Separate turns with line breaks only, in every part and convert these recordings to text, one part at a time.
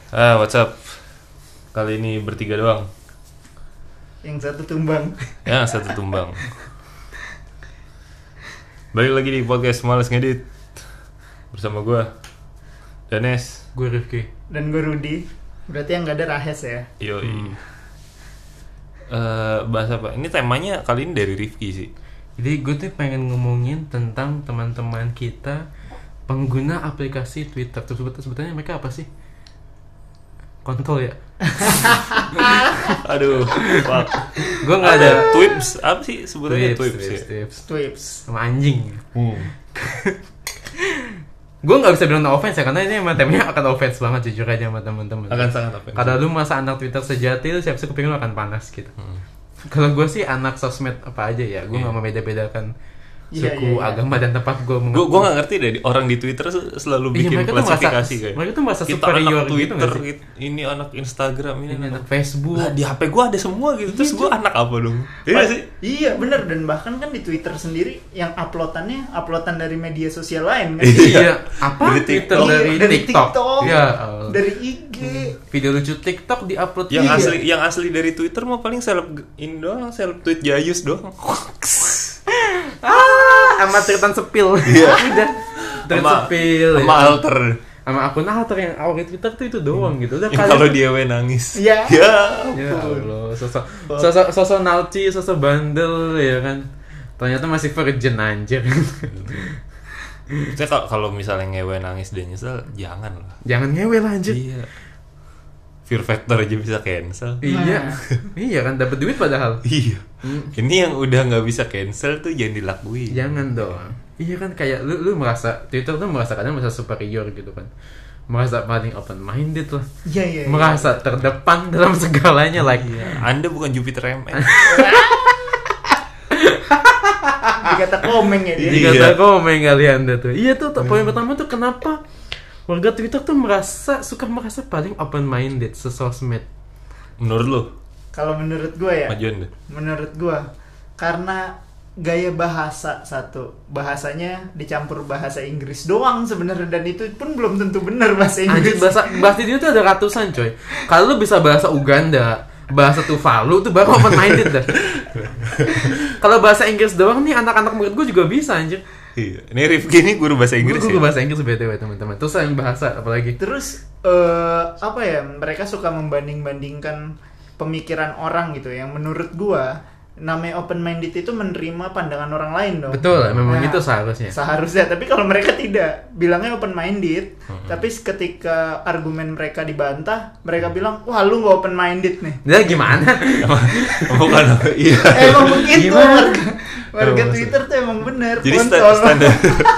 What's up? Kali ini bertiga doang.
Yang satu tumbang.
Ya, satu tumbang. Balik lagi di podcast Males Ngedit. Bersama gue Danes,
gue Rifki,
dan gue Rudi. Berarti yang gak ada Rahes ya?
Yoi. Bahas apa? Ini temanya kali ini dari Rifki sih.
Jadi gue tuh pengen ngomongin tentang teman-teman kita pengguna aplikasi Twitter. Terus sebetulnya mereka apa sih? Kontol ya?
Aduh, fuck.
Gue nggak ada
Twips. Apa sih sebutannya Twips ya?
Twips.
Sama anjing. Gue nggak bisa bilang no offense ya, karena ini emang temanya akan offense banget jujur aja sama teman-teman.
Akan sangat offense.
Kalau lu masa anak Twitter sejati, lu siap-siap kuping lu akan panas gitu. Kalau gue sih anak sosmed apa aja ya, gue nggak membeda-bedakan suku, agama dan tempat gue.
Gue nggak ngerti deh, orang di Twitter selalu bikin klasifikasi kayak.
Mereka tuh merasa
kita
superior
anak Twitter,
gitu,
ini anak Instagram, ini
anak Facebook.
Nah, di HP gue ada semua gitu. Terus gue anak apa dong? Iya sih.
Iya bener, dan bahkan kan di Twitter sendiri yang uploadan dari media sosial lain kan.
Iya, apa?
Dari
Twitter,
dari
TikTok.
ya,
Oh.
dari IG.
Video lucu TikTok diupload.
Yang asli dari Twitter mah paling seleb ini doang, seleb tweet Jayus doang.
Sama Triton Sepil.
Iya.
Udah. Triton Sepil.
Sama alter.
Sama akun alter yang awal Twitter tuh itu doang gitu. Udah
Yang kalau dia nangis.
Iya.
Ya.
Ya Allah, sosok nalci, sosok bandel ya kan. Ternyata masih virgin anjir.
Saya kalau misalnya ngewe nangis dan nyesel, jangan lah.
Jangan ngewe lah anjir.
Iya. Fear factor aja bisa cancel.
Iya. Iya kan dapat duit padahal.
Iya. Ini yang udah nggak bisa cancel tuh jangan dilakuin.
Jangan dong. Iya kan kayak lu merasa Twitter tuh kadang merasa superior gitu kan. Merasa paling open minded lah.
Iya.
Merasa terdepan dalam segalanya like.
Iya. Anda bukan Jupiter MS.
Dikata komeng ya dia.
Dikata komeng kalian tuh. Iya tuh poin pertama tuh kenapa warga Twitter tuh merasa paling open minded sesosmed.
Menurut lu?
Kalau menurut gue ya.
Majuan deh.
Menurut gue karena gaya bahasa satu, bahasanya dicampur bahasa Inggris doang sebenarnya, dan itu pun belum tentu benar bahasa Inggris.
Anjir, bahasa itu tuh ada ratusan coy. Kalau lu bisa bahasa Uganda, bahasa Tuvalu tuh baru open minded dah. Kalau bahasa Inggris doang nih anak-anak murid gue juga bisa anjir.
Iya. Ini Rifki nih guru bahasa Inggris.
Guru bahasa Inggris BTW teman-teman. Terus yang bahasa apalagi?
Terus apa ya? Mereka suka membanding-bandingkan pemikiran orang gitu. Yang menurut gua namanya open minded itu menerima pandangan orang lain dong.
Betul, memang itu seharusnya.
Seharusnya, tapi kalau mereka tidak, bilangnya open minded, tapi ketika argumen mereka dibantah, mereka bilang, "Wah, lu enggak open minded nih."
Ya gimana?
Bukan iya.
Emang begitu.
Gimana?
Warga Twitter tuh emang bener.
Jadi standar.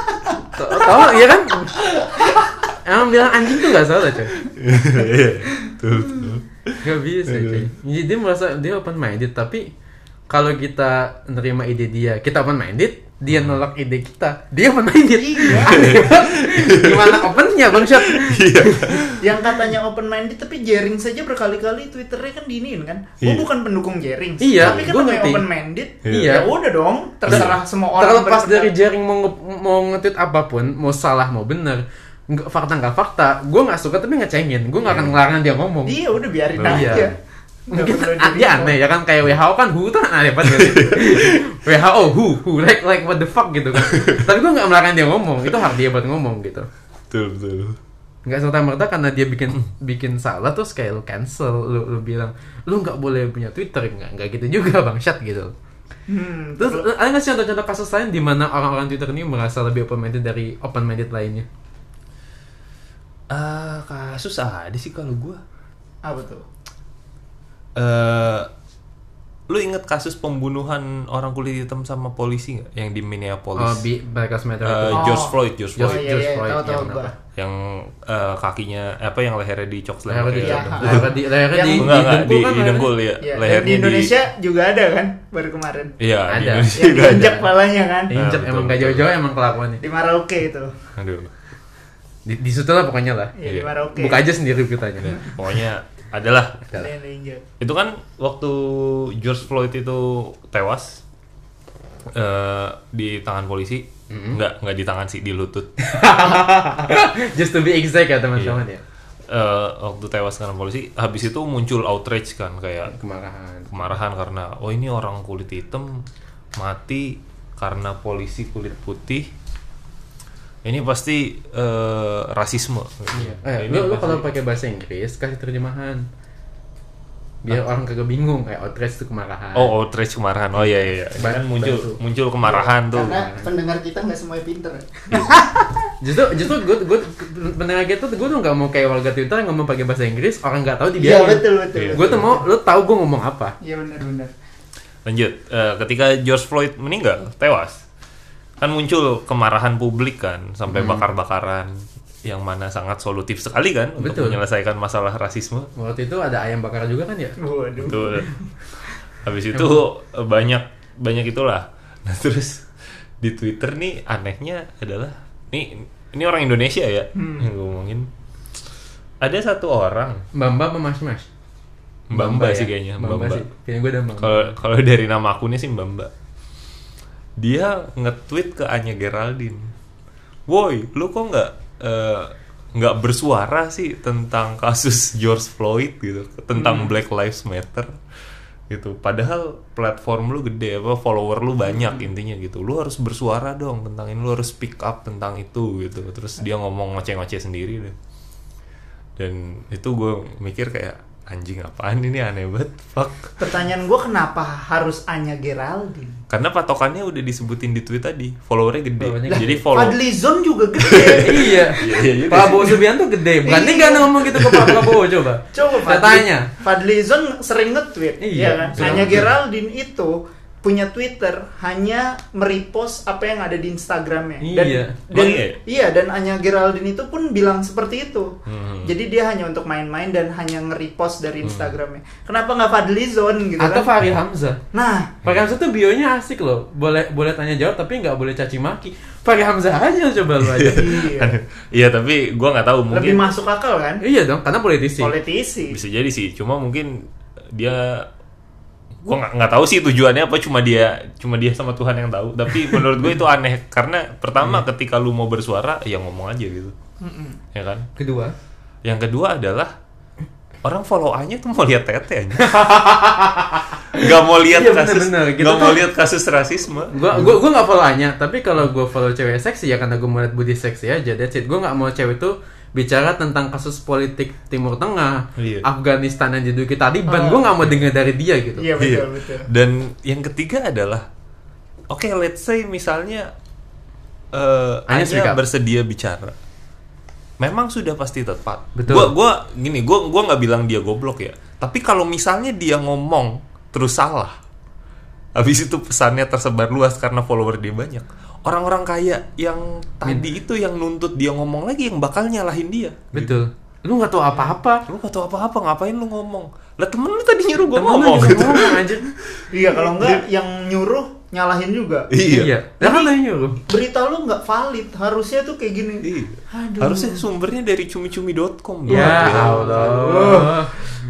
Tahu ya kan? Emang bilang anjing tuh enggak salah, coy.
Iya. Tuh.
Gak bisa, coy. Jadi dia merasa dia open minded, tapi kalau kita nerima ide dia, kita open minded, dia nolak ide kita, dia open minded.
Iya.
Gimana opennya Bang Syat?
Iya.
Yang katanya open minded tapi Jering saja berkali-kali Twitternya kan diinin kan.
Iya.
Bukan pendukung Jering.
Iya,
Tapi kan
gua
namanya
ngerti.
open minded.
Iya.
Ya udah dong, terserah semua orang.
Terlepas dari Jering mau nge-tweet apapun, mau salah mau bener, fakta nggak fakta, gue nggak suka tapi ngecengin, gue nggak akan ngelarang dia ngomong.
Iya, udah biarin
Iya.
aja.
Mungkin dia aneh ya kan, kayak WHO kan WHO tuh aneh banget gitu. WHO WHO like what the fuck gitu kan. Tapi gue nggak melarang dia ngomong, itu hak dia buat ngomong gitu.
Betul.
Nggak serta-merta karena dia bikin salah terus kayak lu cancel, lu bilang lu nggak boleh punya Twitter, nggak gitu juga bangsat gitu. Terus ada nggak sih contoh-contoh kasus lain di mana orang-orang Twitter ini merasa lebih open minded dari open minded lainnya?
Kasus ada sih kalau gue.
Apa tuh?
Lu inget kasus pembunuhan orang kulit hitam sama polisi nggak yang di Minneapolis?
Black Lives Matter
George Floyd.
Iya, tahu gua.
Yang kakinya yang lehernya dicok selama
lehernya
di dengkul ya.
Ya,
Lehernya
di Indonesia juga ada kan baru kemarin.
Iya,
ada.
di Indonesia
Yang
juga ada.
diinjak palanya kan.
Injek emang gak jauh-jauh emang kelakuannya.
Di Merauke itu.
Aduh.
Di situ lah pokoknya lah.
Iya, di Merauke.
Buka aja sendiri beritanya.
Pokoknya adalah.
Ada yang diinjak.
Itu kan waktu George Floyd itu tewas di tangan polisi. Enggak di tangan sih, di lutut.
Just to be exact ya teman-teman ya.
waktu tewas karena polisi, habis itu muncul outrage kan, kayak kemarahan karena ini orang kulit hitam mati karena polisi kulit putih. Ini pasti rasisme.
Iya. Lu kalau pakai bahasa Inggris kasih terjemahan. Biar orang kagak bingung, kayak outrage itu kemarahan.
Oh, outrage kemarahan. Oh iya. Kan muncul kemarahan tuh.
Karena pendengar kita nggak semuanya pinter.
Justru gue pendengar kita tuh gue tuh nggak mau kayak warga Twitter yang ngomong pakai bahasa Inggris, orang nggak tahu dibiarin.
Iya betul.
Gue tuh mau lu tahu gue ngomong apa.
Iya benar.
Lanjut, ketika George Floyd meninggal, tewas, kan muncul kemarahan publik kan, sampai bakar-bakaran, yang mana sangat solutif sekali kan untuk menyelesaikan masalah rasisme.
Waktu itu ada ayam bakar juga kan ya?
Waduh.
Betul. Habis itu banyak itulah. Nah terus di Twitter nih anehnya adalah ini orang Indonesia ya yang ngomongin. Ada satu orang,
Mbak Mas.
Mbak sih kayaknya, Mbak.
Kayaknya gue udah Mbak.
Kalau dari nama akunnya sih Mbak. Dia nge-tweet ke Anya Geraldine. Woi, lu kok nggak bersuara sih tentang kasus George Floyd gitu, tentang Black Lives Matter gitu. Padahal platform lu gede, follower lu banyak intinya gitu. Lu harus bersuara dong tentang ini, lu harus speak up tentang itu gitu. Terus dia ngomong ngoceh-ngoceh sendiri deh. Dan itu gue mikir kayak anjing apaan ini, aneh banget. Fuck.
Pertanyaan gue kenapa harus Anya Geraldine?
Karena patokannya udah disebutin di tweet tadi, followernya gede. Jadi
Fadlizon juga gede.
Iya. Prabowo Subianto gede. Berarti kan ngomong gitu ke Pak Prabowo coba. Tanya.
Fadlizon sering nge-tweet. Iya kan? Anya Geraldine itu punya Twitter hanya merepost apa yang ada di Instagramnya. Dan Anya Geraldine itu pun bilang seperti itu. Jadi dia hanya untuk main-main dan hanya nge-repost dari Instagramnya. Kenapa nggak Fadlizon gitu?
Atau
kan?
Fahri Hamzah. Nah, Fahri Hamzah tuh bionya asik loh. Boleh tanya jawab tapi nggak boleh caci maki. Fahri Hamzah aja coba lu aja.
Iya tapi gue nggak tahu, mungkin
lebih masuk akal kan?
Iya dong, karena politisi.
Bisa jadi sih, cuma mungkin dia, gue nggak tahu sih tujuannya apa, cuma dia sama Tuhan yang tahu. Tapi menurut gue itu aneh karena pertama ketika lu mau bersuara ya ngomong aja gitu, ya kan. Yang kedua adalah orang follow Anya tuh mau lihat tete aja, nggak mau lihat mau lihat kasus rasisme.
Gue nggak follow Anya, tapi kalau gue follow cewek seksi ya karena gue mau lihat body seksi aja. That's it. Gue nggak mau cewek tuh bicara tentang kasus politik Timur Tengah, Afghanistan yang diduduki Taliban. Gue nggak mau dengar dari dia gitu.
Iya betul.
Dan yang ketiga adalah, oke, let's say misalnya Anya bersedia bicara, memang sudah pasti tepat.
Betul.
Gua nggak bilang dia goblok ya. Tapi kalau misalnya dia ngomong terus salah, habis itu pesannya tersebar luas karena follower dia banyak, orang-orang kaya yang tadi itu yang nuntut dia ngomong lagi yang bakal nyalahin dia.
Betul. Lu nggak tahu apa-apa.
Ngapain lu ngomong? Lah temen lu tadi nyuruh gua ngomong gitu.
Iya, kalau enggak yang nyuruh nyalahin juga.
Iya.
Kan lu nyuruh.
Berita lu nggak valid. Harusnya tuh kayak gini.
Iya. Harusnya sumbernya dari cumi-cumi.com.
Ya Allah.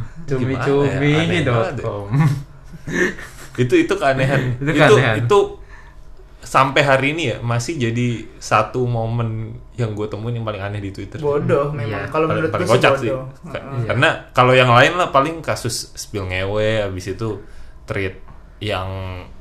Cumi-cumi.com.
Itu keanehan. Itu sampai hari ini ya masih jadi satu momen yang gue temuin yang paling aneh di Twitter.
Bodoh memang. Kalau menurut
paling
gue
kocak
sih
sih. Karena kalau yang lain lah paling kasus spill ngewe, habis itu tweet yang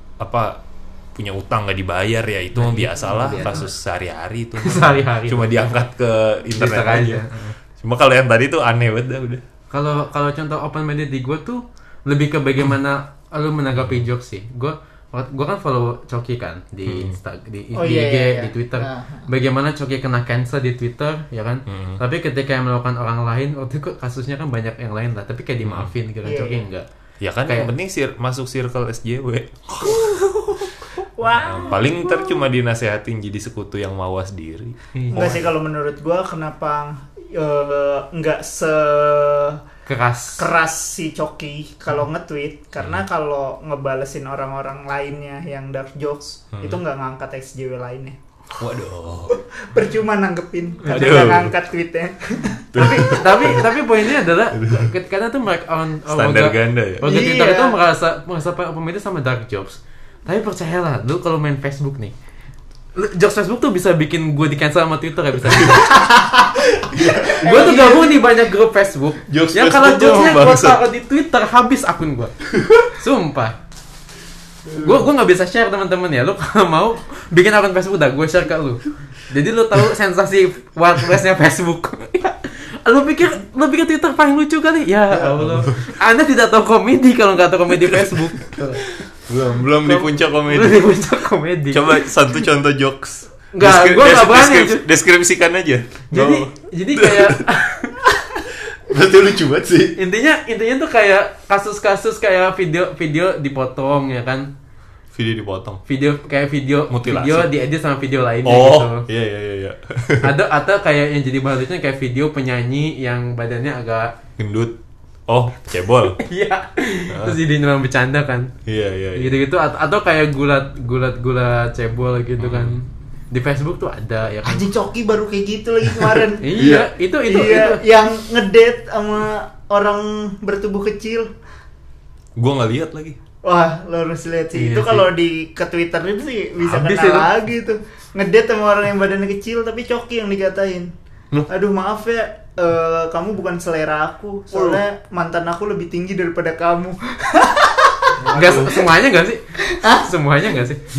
punya utang nggak dibayar ya, itu biasalah kasus sehari-hari itu. Cuma diangkat ke internet aja. Cuma kalau yang tadi tuh aneh banget udah.
Kalau contoh open minded di gue tuh lebih ke bagaimana lu menanggapi jokes sih. Gue kan follow Coki kan di IG, di Twitter. Bagaimana Coki kena cancel di Twitter, ya kan? Tapi ketika yang melakukan orang lain, waktu itu kasusnya kan banyak yang lain lah. Tapi kayak dimaafin, kira Coki enggak.
Ya kan kayak, yang penting masuk circle SJW.
Wow.
Nah, paling ntar cuma dinasehatin jadi sekutu yang mawas diri.
Enggak sih, kalau menurut gue kenapa enggak keras si Coki kalau nge-tweet, karena kalau ngebalesin orang-orang lainnya yang dark jokes itu nggak ngangkat SJW lainnya.
Waduh.
Percuma nanggepin karena nggak ngangkat tweetnya.
tapi poinnya adalah karena tuh mereka
standar ganda ya.
Warga Twitter itu merasa pemimpin sama dark jokes. Tapi percayalah, lu kalau main Facebook nih, Jokes Facebook tuh bisa bikin gue di cancel sama Twitter ya bisa. Gue tuh gabung di banyak grup Facebook. Yang kalau jokesnya gue taruh di Twitter habis akun gue. Sumpah. Gue nggak bisa share teman-teman ya. Lu kalau mau bikin akun Facebook dah, gue share ke lu. Jadi lu tahu sensasi WordPress-nya Facebook. Lu pikir Twitter paling lucu kali? Ya Allah. Anda tidak tahu komedi kalau nggak tahu komedi Facebook.
Belum di puncak komedi.
Belum di puncak komedi.
Coba satu contoh jokes.
Enggak, gue nggak berani.
Deskripsikan aja.
Jadi kayak
berarti lucu banget sih.
Intinya tuh kayak kasus-kasus kayak video dipotong ya kan.
Video dipotong.
Video
mutilasi.
Video diedit sama video lainnya
gitu. Iya.
Atau kayak yang jadi bahannya kayak video penyanyi yang badannya agak
gendut. Oh, cebol.
Iya. Terus jadi nyerang bercanda kan.
Iya.
Gitu atau kayak gulat cebol gitu kan. Di Facebook tuh ada ya kan.
Anjing Coki baru kayak gitu lagi kemarin.
Iya, itu
yang ngedate sama orang bertubuh kecil.
Gua nggak lihat lagi.
Wah, lo harus lihat sih. Itu kalau ke Twitter itu sih bisa
habis
kena
itu
lagi tuh. Ngedate sama orang yang badannya kecil tapi Coki yang dikatain. Aduh maaf ya, kamu bukan selera aku. Soalnya mantan aku lebih tinggi daripada kamu.
Enggak semuanya enggak sih? Semuanya enggak sih?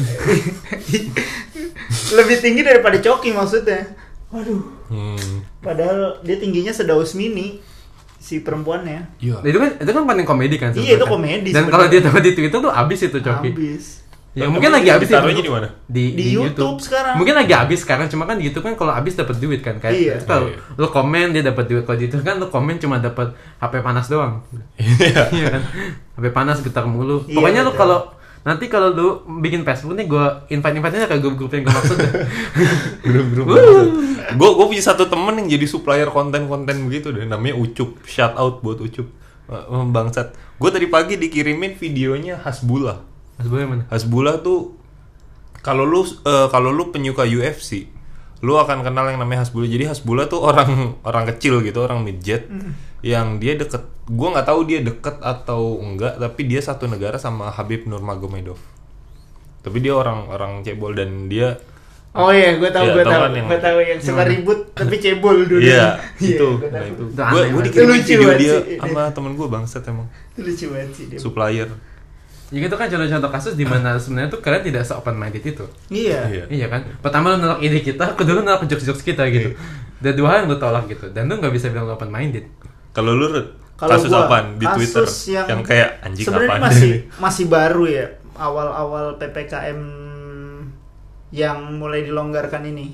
Lebih tinggi daripada Coki maksudnya. Waduh. Padahal dia tingginya sedaus mini si perempuannya.
Iya. Itu kan paling komedi kan.
Iya, itu komedi.
Dan kalau dia tahu di Twitter tuh abis itu Coki.
Abis.
Ya mungkin lagi habis
taruhnya di mana?
Di YouTube sekarang.
Mungkin lagi habis sekarang, cuma kan di YouTube kan kalau habis dapat duit kan kayak kalau lu komen dia dapat duit, kalau di YouTube kan lu komen cuma dapat HP panas doang. Iya kan. HP panas getar mulu. Pokoknya lu kalau nanti kalau lu bikin Facebook nih gue invite-nya ke grup-grup yang gue maksud.
Grup-grup. Gue punya satu temen yang jadi supplier konten-konten begitu deh, namanya Ucup. Shout out buat Ucup. Bangsat. Gue tadi pagi dikirimin videonya Hasbullah. Hasbullah tuh kalau lu penyuka UFC, lu akan kenal yang namanya Hasbullah. Jadi Hasbullah tuh orang kecil gitu, orang midget yang dia deket. Gua nggak tahu dia deket atau enggak, tapi dia satu negara sama Habib Nurmagomedov. Tapi dia orang cebol dan dia
oh iya, gue tahu yang suka ribut tapi cebol dulu.
Iya, itu. Gue dikirimin video dia sama temen gue bangsat emang.
Lucu banget sih dia.
Supplier.
Ya gitu kan contoh-contoh kasus di mana sebenarnya tuh kalian tidak se-open minded itu.
Iya
kan. Pertama lu nolak ide kita, kedua lu nolak jokes-jokes kita gitu. Dan dua hal yang lu tolak gitu. Dan lu nggak bisa bilang open minded.
Kalau lu kasus apaan di Twitter yang kayak anjing apaan?
Sebenarnya masih baru ya, awal-awal PPKM yang mulai dilonggarkan ini.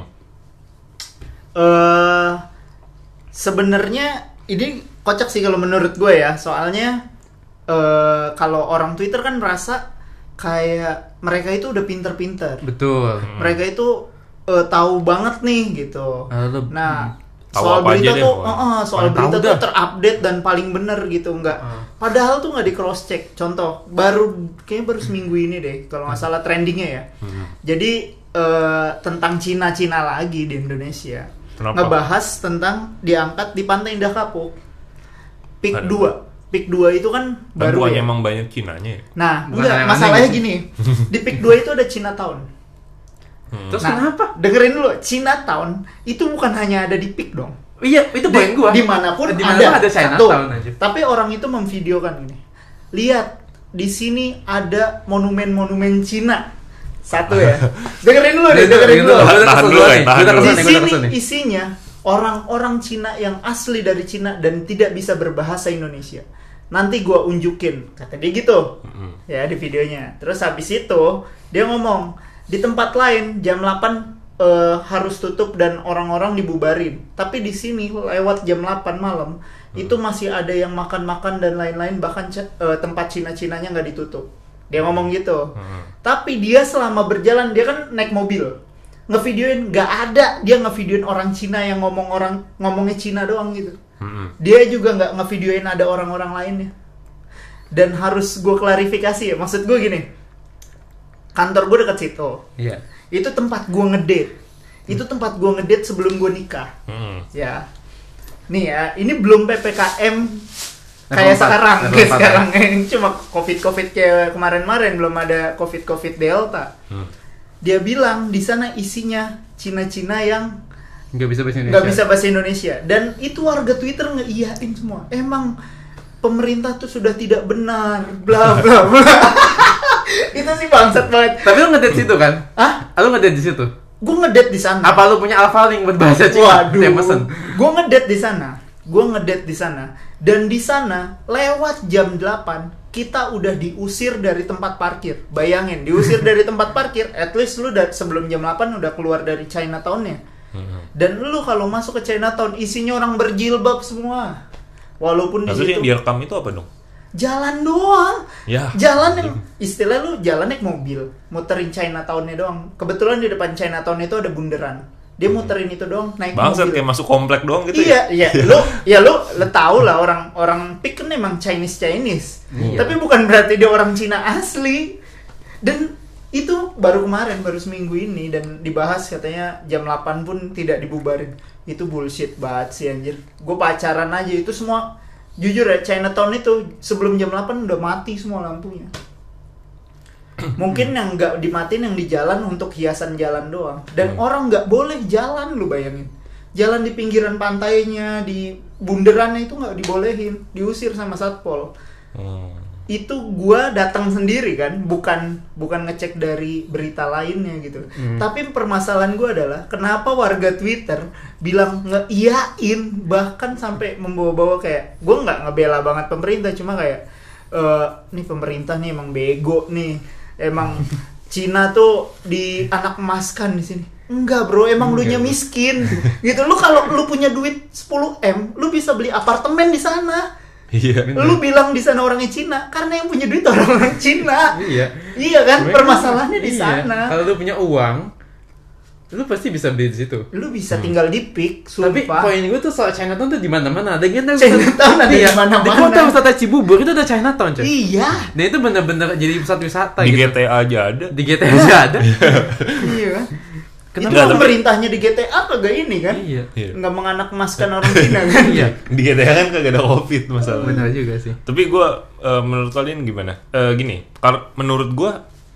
Sebenarnya ini kocak sih kalau menurut gue ya, soalnya kalau orang Twitter kan merasa kayak mereka itu udah pinter-pinter.
Betul.
Mereka itu tahu banget nih gitu. Nah,
tahu
soal berita tuh,
soal berita tuh
terupdate dan paling bener gitu, enggak. Padahal tuh nggak di cross check. Contoh, kayaknya baru seminggu ini deh, kalau nggak salah trendingnya ya. Jadi tentang Cina lagi di Indonesia.
Kenapa?
Ngebahas tentang diangkat di Pantai Indah Kapuk. PIK 2. PIK 2 itu kan baru ya.
Emang banyak Cinanya ya?
Nah, enggak, masalahnya gini. Di PIK 2 itu ada Chinatown.
Terus kenapa?
Dengerin dulu, Chinatown itu bukan hanya ada di PIK dong.
Iya, itu poin gua.
Dimanapun ada Chinatown aja. Tapi orang itu memvideokan ini. Lihat, di sini ada monumen-monumen Cina. Satu ya. Dengerin dulu.
Tahan dulu.
Di sini isinya orang-orang Cina yang asli dari Cina dan tidak bisa berbahasa Indonesia. Nanti gua unjukin, kata dia gitu. Ya di videonya. Terus habis itu dia ngomong, di tempat lain jam 8 harus tutup dan orang-orang dibubarin. Tapi di sini lewat jam 8 malam itu masih ada yang makan-makan dan lain-lain, bahkan tempat Cina-Cinanya nggak ditutup. Dia ngomong gitu. Tapi dia selama berjalan, dia kan naik mobil, ngevideoin, nggak ada dia ngevideoin orang Cina yang ngomongnya Cina doang gitu. Dia juga nggak ngevideoin ada orang-orang lainnya. Dan harus gue klarifikasi ya, maksud gue gini, kantor gue dekat situ.
Iya.
Itu tempat gue ngedate. Itu tempat gue ngedate sebelum gue nikah. Ya. Nih ya, ini belum PPKM kayak sekarang. Kayak sekarang ini cuma COVID kayak kemarin-kemarin, belum ada COVID Delta. Dia bilang di sana isinya Cina-Cina yang
nggak
bisa bahasa Indonesia. Dan itu warga Twitter ngeiyain semua. Emang pemerintah tuh sudah tidak benar, bla bla bla. Itu sih bangsat banget.
Tapi lu ngedate situ kan?
Hah?
Lu ngedate di situ?
Gue ngedate di sana.
Apa lu punya alpha link buat bahasa Cina?
Waduh. Gue ngedate di sana. Dan di sana lewat jam 8 kita udah diusir dari tempat parkir. Bayangin, diusir dari tempat parkir. At least lu sebelum jam 8 udah keluar dari Chinatown-nya. Dan lu kalau masuk ke Chinatown isinya orang berjilbab semua. Walaupun di situ
yang direkam itu apa dong?
Jalan doang.
Ya.
Jalan yang istilah lu jalan naik mobil, muterin Chinatown-nya doang. Kebetulan di depan Chinatown itu ada bundaran. Dia muterin itu doang naik
Bangsat,
mobil.
kayak masuk komplek doang gitu.
Iya. Lu tahu lah orang pik kan emang Chinese.
Iya.
Tapi bukan berarti dia orang Cina asli. Dan itu baru seminggu ini dan dibahas katanya jam 8 pun tidak dibubarin. Itu bullshit banget sih anjir. Gue pacaran aja itu semua. Jujur ya, Chinatown itu sebelum jam 8 udah mati semua lampunya. Mungkin yang nggak dimatiin yang di jalan untuk hiasan jalan doang. Dan orang nggak boleh jalan, lu bayangin. Jalan di pinggiran pantainya, di bundarannya itu nggak dibolehin, diusir sama satpol. Itu gua datang sendiri kan, bukan ngecek dari berita lainnya gitu. Tapi permasalahan gua adalah kenapa warga Twitter bilang ngeiyain, bahkan sampai membawa-bawa kayak gua nggak ngebela banget pemerintah, cuma kayak nih pemerintah nih emang bego nih. Emang Cina tuh di anak emaskan di sini. Enggak bro, emang lu nya miskin. Gitu. Lu kalau lu punya duit 10M, lu bisa beli apartemen di sana.
Iya.
Lu bilang di sana orangnya Cina karena yang punya duit orang Cina.
Iya.
Iya kan? Permasalahannya di sana.
Kalau lu punya uang, lu pasti bisa beli di situ.
Lu bisa tinggal di pik, sumpah.
Tapi poin gue tuh soal Chinatown tuh di mana-mana. Ada yang
Chinatown ada di mana-mana.
Di kota wisata Cibubur itu ada Chinatown, coy.
Iya.
Dan itu benar-benar jadi pusat wisata
Di
gitu.
GTA aja ada.
Di GTA aja ada.
Iya kan?
Kenapa?
Itu pemerintahnya di GTA kagak ini kan?
Iya.
Nggak menganak emaskan orang Cina kan?
Iya.
Di GTA kan kagak ada COVID masalahnya.
Benar juga sih.
Tapi gue menurut kalian gimana? Gini, menurut gue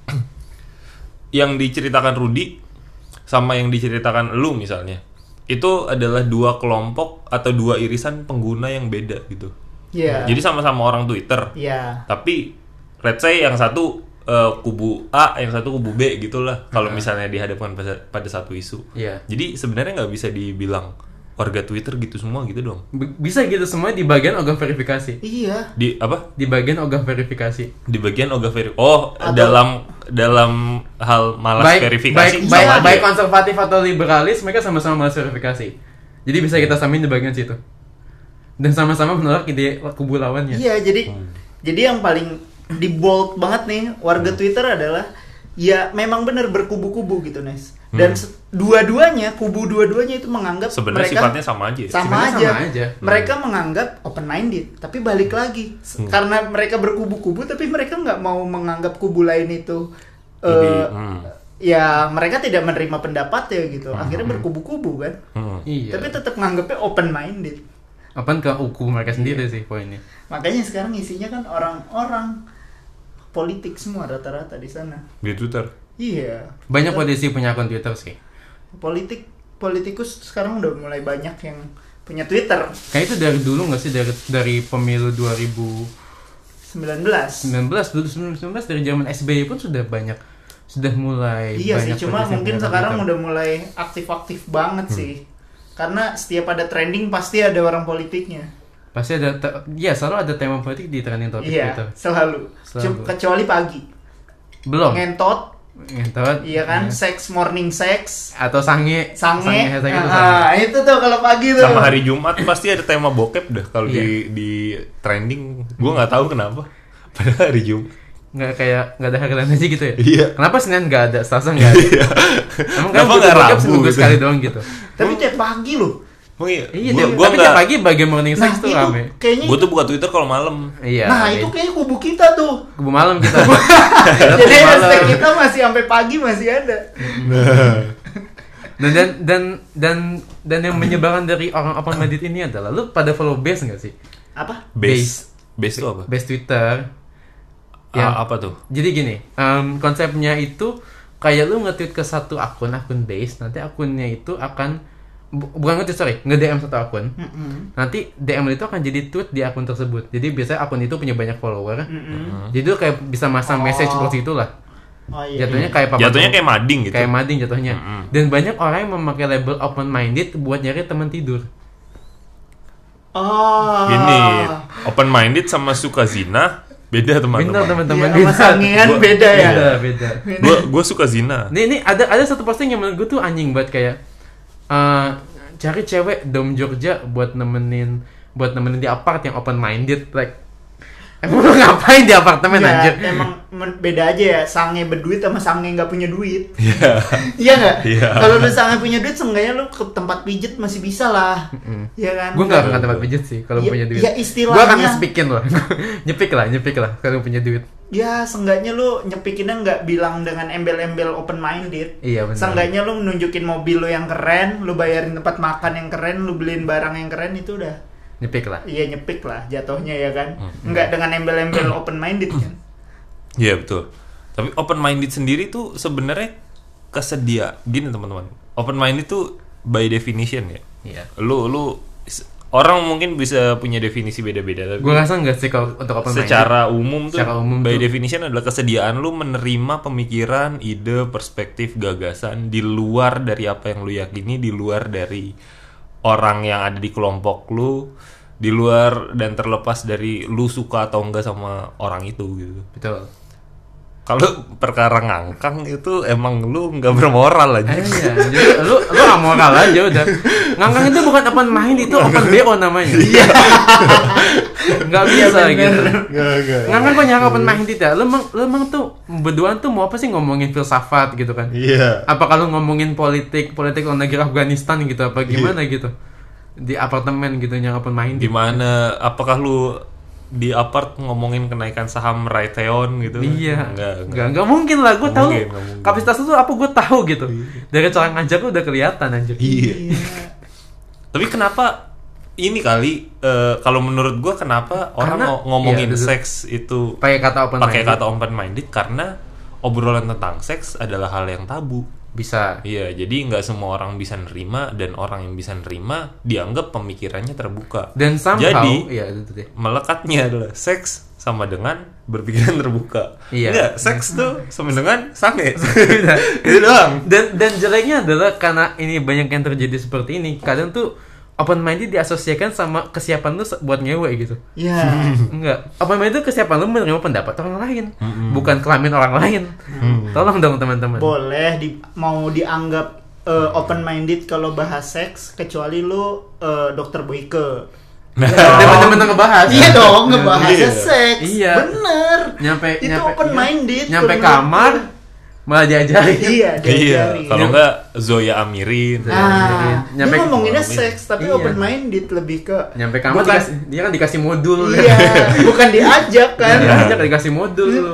yang diceritakan Rudy sama yang diceritakan lu misalnya, itu adalah dua kelompok atau dua irisan pengguna yang beda gitu.
Iya.
Jadi sama-sama orang Twitter.
Iya.
Tapi let's say yang satu kubu A, yang satu kubu B gitulah. Kalau misalnya dihadapkan pada satu isu.
Iya.
Jadi sebenarnya nggak bisa dibilang warga Twitter gitu semua gitu dong.
Bisa gitu semua di bagian ogah verifikasi.
Iya.
Di apa?
Di bagian ogah verifikasi.
Di bagian ogah verifikasi. Oh, dalam hal malas verifikasi.
Baik konservatif atau liberalis, mereka sama-sama malas verifikasi. Jadi bisa kita samain di bagian situ. Dan sama-sama menolak ide kubu lawannya.
Iya, jadi yang paling di bold banget nih warga Twitter adalah ya memang benar berkubu-kubu gitu, Nes. Dan kubu dua-duanya itu menganggap
sebenarnya
mereka
sifatnya sama aja.
Sama aja.
Mereka menganggap open minded, tapi balik lagi karena mereka berkubu-kubu, tapi mereka nggak mau menganggap kubu lain itu ya mereka tidak menerima pendapat ya gitu. Akhirnya berkubu-kubu kan.
Iya.
Tapi tetap menganggapnya open minded.
Apaan ke kubu mereka sendiri sih poinnya.
Makanya sekarang isinya kan orang-orang politik semua rata-rata di sana.
Di Twitter.
Iya.
Banyak politisi punya akun Twitter sih.
Politikus sekarang udah mulai banyak yang punya Twitter.
Kayak itu dari dulu nggak sih, dari pemilu 2019 dari zaman SBY pun sudah mulai
iya
banyak.
Sih, cuma mungkin sekarang udah mulai aktif-aktif banget sih. Karena setiap ada trending pasti ada orang politiknya.
Pasti ada, selalu ada tema politik di trending topik Twitter.
Selalu. Kecuali pagi.
Belum.
Ngentot. Iya kan, morning sex
atau sange.
Itu tuh kalau pagi tuh.
Sama hari Jumat pasti ada tema bokep dah kalau di trending. Gue nggak tahu kenapa. Padahal hari Jumat
nggak ada hari lain aja gitu ya.
Iya.
Kenapa Senin nggak ada, Selasa nggak ada? Emang kan nggak Rabu seminggu sekali doang gitu.
Tapi tiap pagi loh.
Oh iya.
Tapi tiap pagi bagian morning sex tuh rame.
Gue tuh buka Twitter kalau malam.
Iya.
Nah itu kayaknya kubu kita tuh.
Kubu malam kita.
Jadi hashtag kita masih sampai pagi masih ada.
Dan yang menyebarkan dari orang open minded ini adalah, lu pada follow base nggak sih?
Apa?
Base itu apa?
Base Twitter.
Apa tuh?
Jadi gini, konsepnya itu kayak lu nge-tweet ke satu akun base, nanti akunnya itu akan bukan nge-DM satu akun. Nanti DM itu akan jadi tweet di akun tersebut. Jadi biasanya akun itu punya banyak follower. Jadi lu kayak bisa masang message seperti itulah. Jatuhnya kayak
mading gitu.
Kayak mading jatuhnya. Dan banyak orang yang memakai label open minded buat nyari teman tidur.
Gini, open minded sama suka zina beda teman-teman.
Teman-teman.
Sama sangean beda ya.
Beda.
Gue suka zina.
Nih ada satu posting yang menurut gue tuh anjing banget kayak cari cewek dom Jogja buat nemenin di apart yang open minded. Like emang lu ngapain di apartemen anjir?
Emang beda aja ya, sange berduit sama sange nggak punya duit.
Iya
nggak?
Iya.
Kalau lu sange punya duit, seenggaknya lu ke tempat pijet masih bisa lah. Iya kan?
Gue nggak ke tempat pijet sih kalau punya duit.
Ya istilahnya.
Gue akan nge-speakin loh. nyepik lah kalau punya duit.
Ya, seenggaknya lu nyepikinnya nggak bilang dengan embel-embel open minded.
Iya benar.
Seenggaknya lu nunjukin mobil lu yang keren, lu bayarin tempat makan yang keren, lu beliin barang yang keren, itu udah
nyepik lah.
Iya, nyepik lah jatuhnya ya kan. Nggak dengan embel-embel open minded kan.
Iya betul. Tapi open minded sendiri tuh sebenarnya gini teman-teman. Open minded tuh by definition ya.
Iya.
Lu orang mungkin bisa punya definisi beda-beda, tapi
gue rasa enggak sih kalau untuk open minded.
Secara umum by
tuh,
definition adalah kesediaan lu menerima pemikiran, ide, perspektif, gagasan di luar dari apa yang lu yakini, di luar dari orang yang ada di kelompok lu, di luar dan terlepas dari lu suka atau enggak sama orang itu gitu.
Betul.
Kalau perkara ngangkang itu emang lu nggak bermoral aja.
Iya, jadi lu amoral aja udah. Ngangkang itu bukan open mind, itu open BO namanya. Iya. Nggak bisa gitu. Ngangkang kok nyangka open mind tidak? Lu emang tuh berduaan tuh mau apa sih ngomongin filsafat gitu kan?
Iya.
Apa kalau ngomongin politik luar negeri Afghanistan gitu apa gimana gitu? Di apartemen gitu nyangka open mind.
Gimana? Apakah lu di apart ngomongin kenaikan saham Raytheon gitu?
Iya.
Enggak
mungkin lah. Gue tahu
mungkin.
kapasitas itu apa, gue tahu gitu. Dari cara ngajak udah kelihatan anjir.
Iya. Tapi kenapa ini kali kalau menurut gue kenapa orang ngomongin seks itu
pakai kata
open minded karena obrolan tentang seks adalah hal yang tabu.
Bisa.
Iya, jadi nggak semua orang bisa nerima, dan orang yang bisa nerima dianggap pemikirannya terbuka.
Dan somehow,
jadi
itu deh.
Melekatnya adalah seks sama dengan berpikiran terbuka.
Iya.
Enggak, seks tuh sama dengan sange. Itu doang.
Dan jeleknya adalah karena ini banyak yang terjadi seperti ini. Kadang tuh open minded diasosiasikan sama kesiapan lu buat ngewe gitu.
Iya.
Enggak. Open minded itu kesiapan lu menerima pendapat orang lain, bukan kelamin orang lain. Tolong dong teman-teman.
Boleh mau dianggap open minded kalau bahas seks, kecuali lu dokter Boyke.
Teman-teman ngebahas.
Iya dong, ngebahas seks.
Iya.
Bener. Itu open minded.
Nyampe kamar malah diajarin.
Iya.
Kalau enggak Zoya Amirin.
Dia ngomonginnya seks, tapi open minded lebih ke
nyampe kamar dia kan dikasih modul.
Iya, bukan diajak kan.
Diajak dikasih modul.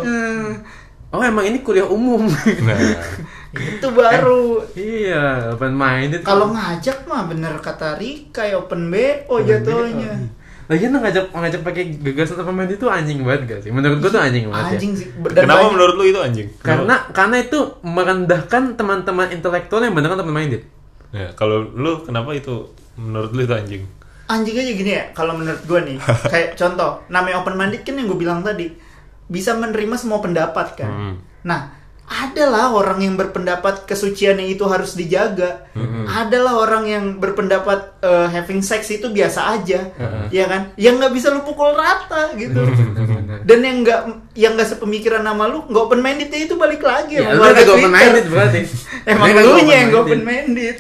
Oh emang ini kuliah umum.
Nah, itu baru.
Iya, open minded.
Kalau ngajak mah bener kata Rika, open BO jatuhnya.
Lagian ngajak pakai gagasan open minded itu anjing banget gak sih? Menurut gua tuh anjing banget.
Anjing sih.
Kenapa menurut lu itu anjing?
Karena itu merendahkan teman-teman intelektual yang beneran open minded.
Ya, kalau lu kenapa itu menurut lu itu anjing?
Anjing aja gini ya, kalau menurut gua nih, kayak contoh, namanya open minded kan yang gue bilang tadi, bisa menerima semua pendapat kan. Nah, adalah orang yang berpendapat kesuciannya itu harus dijaga. Adalah orang yang berpendapat having sex itu biasa aja, ya kan? Yang nggak bisa lu pukul rata gitu. Dan yang nggak sepemikiran sama lu, nggak open minded itu balik lagi.
Ya, lu nggak open minded berarti.
Emang lu nya yang nggak open minded.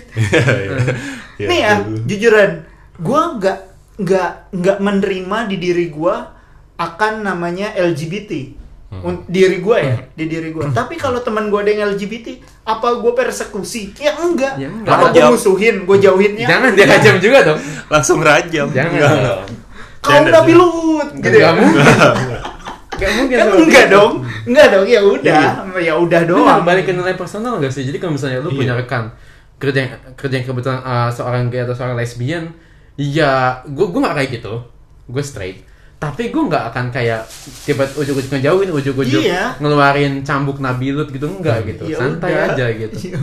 Nih ya, jujuran, gua nggak menerima di diri gua akan namanya LGBT. Diri gue ya, di diri gue. Tapi kalau teman gue ada yang LGBT, apa gue persekusi? Ya enggak. Apa gue musuhin, gue jauhinnya?
Jangan dia rajam juga dong.
Langsung rajam.
Jangan.
Kau udah bilut, gitu ya? Gak mungkin. Enggak dong. Ya udah doang.
Balik ke nilai personal gak sih? Jadi kalau misalnya lu punya rekan kerja yang kebetulan seorang gay atau seorang lesbian, ya gue nggak kayak gitu. Gue straight. Tapi gue nggak akan kayak tiba ujuk-ujuk ngejauhin, ujuk-ujuk ngeluarin cambuk Nabi Lut gitu, enggak gitu. Santai aja gitu.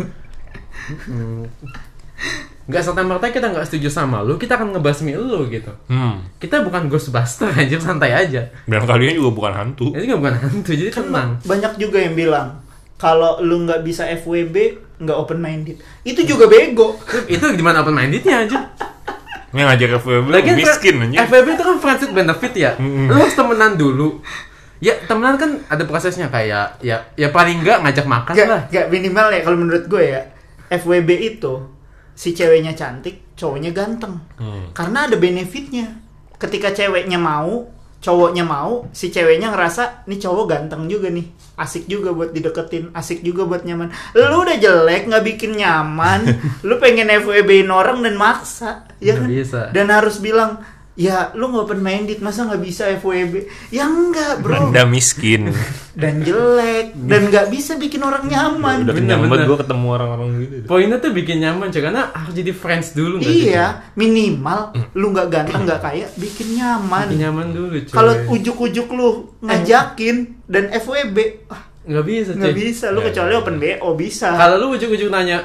Nggak serta-merta kita nggak setuju sama lu, kita akan ngebasmi lu gitu. Kita bukan Ghostbuster anjir, santai aja.
Dan kalian juga bukan hantu.
Ini juga bukan hantu, jadi tenang.
Banyak juga yang bilang kalau lu nggak bisa FWB, nggak open minded. Itu juga bego.
Itu gimana open mindednya anjir?
Yang ngajak FWB miskin anjir.
FWB itu kan friends with benefit ya. Lu harus temenan dulu. Ya temenan kan ada prosesnya kayak ya paling nggak ngajak makan lah.
Gak minimal ya kalau menurut gue ya. FWB itu si ceweknya cantik, cowoknya ganteng. Karena ada benefitnya. Ketika ceweknya mau, cowoknya mau, si ceweknya ngerasa nih cowok ganteng juga nih, asik juga buat dideketin, asik juga buat nyaman. Lu udah jelek nggak bikin nyaman, lu pengen FWB-in orang dan maksa, ya kan?
Bisa.
Dan harus bilang, ya lu nggak open minded, masa nggak bisa FWB? Ya enggak bro.
Anda miskin
dan jelek dan nggak bisa bikin orang nyaman.
Udah kenyang banget gue ketemu orang-orang gitu.
Poinnya tuh bikin nyaman cuy, karena harus jadi friends dulu.
Iya, minimal lu nggak ganteng nggak kaya, bikin nyaman.
Bikin nyaman dulu cuy.
Kalau ujuk-ujuk lu ngajakin dan FWB,
nggak bisa cuy.
Nggak bisa, lu kecuali open BO bisa.
Kalau lu ujuk-ujuk nanya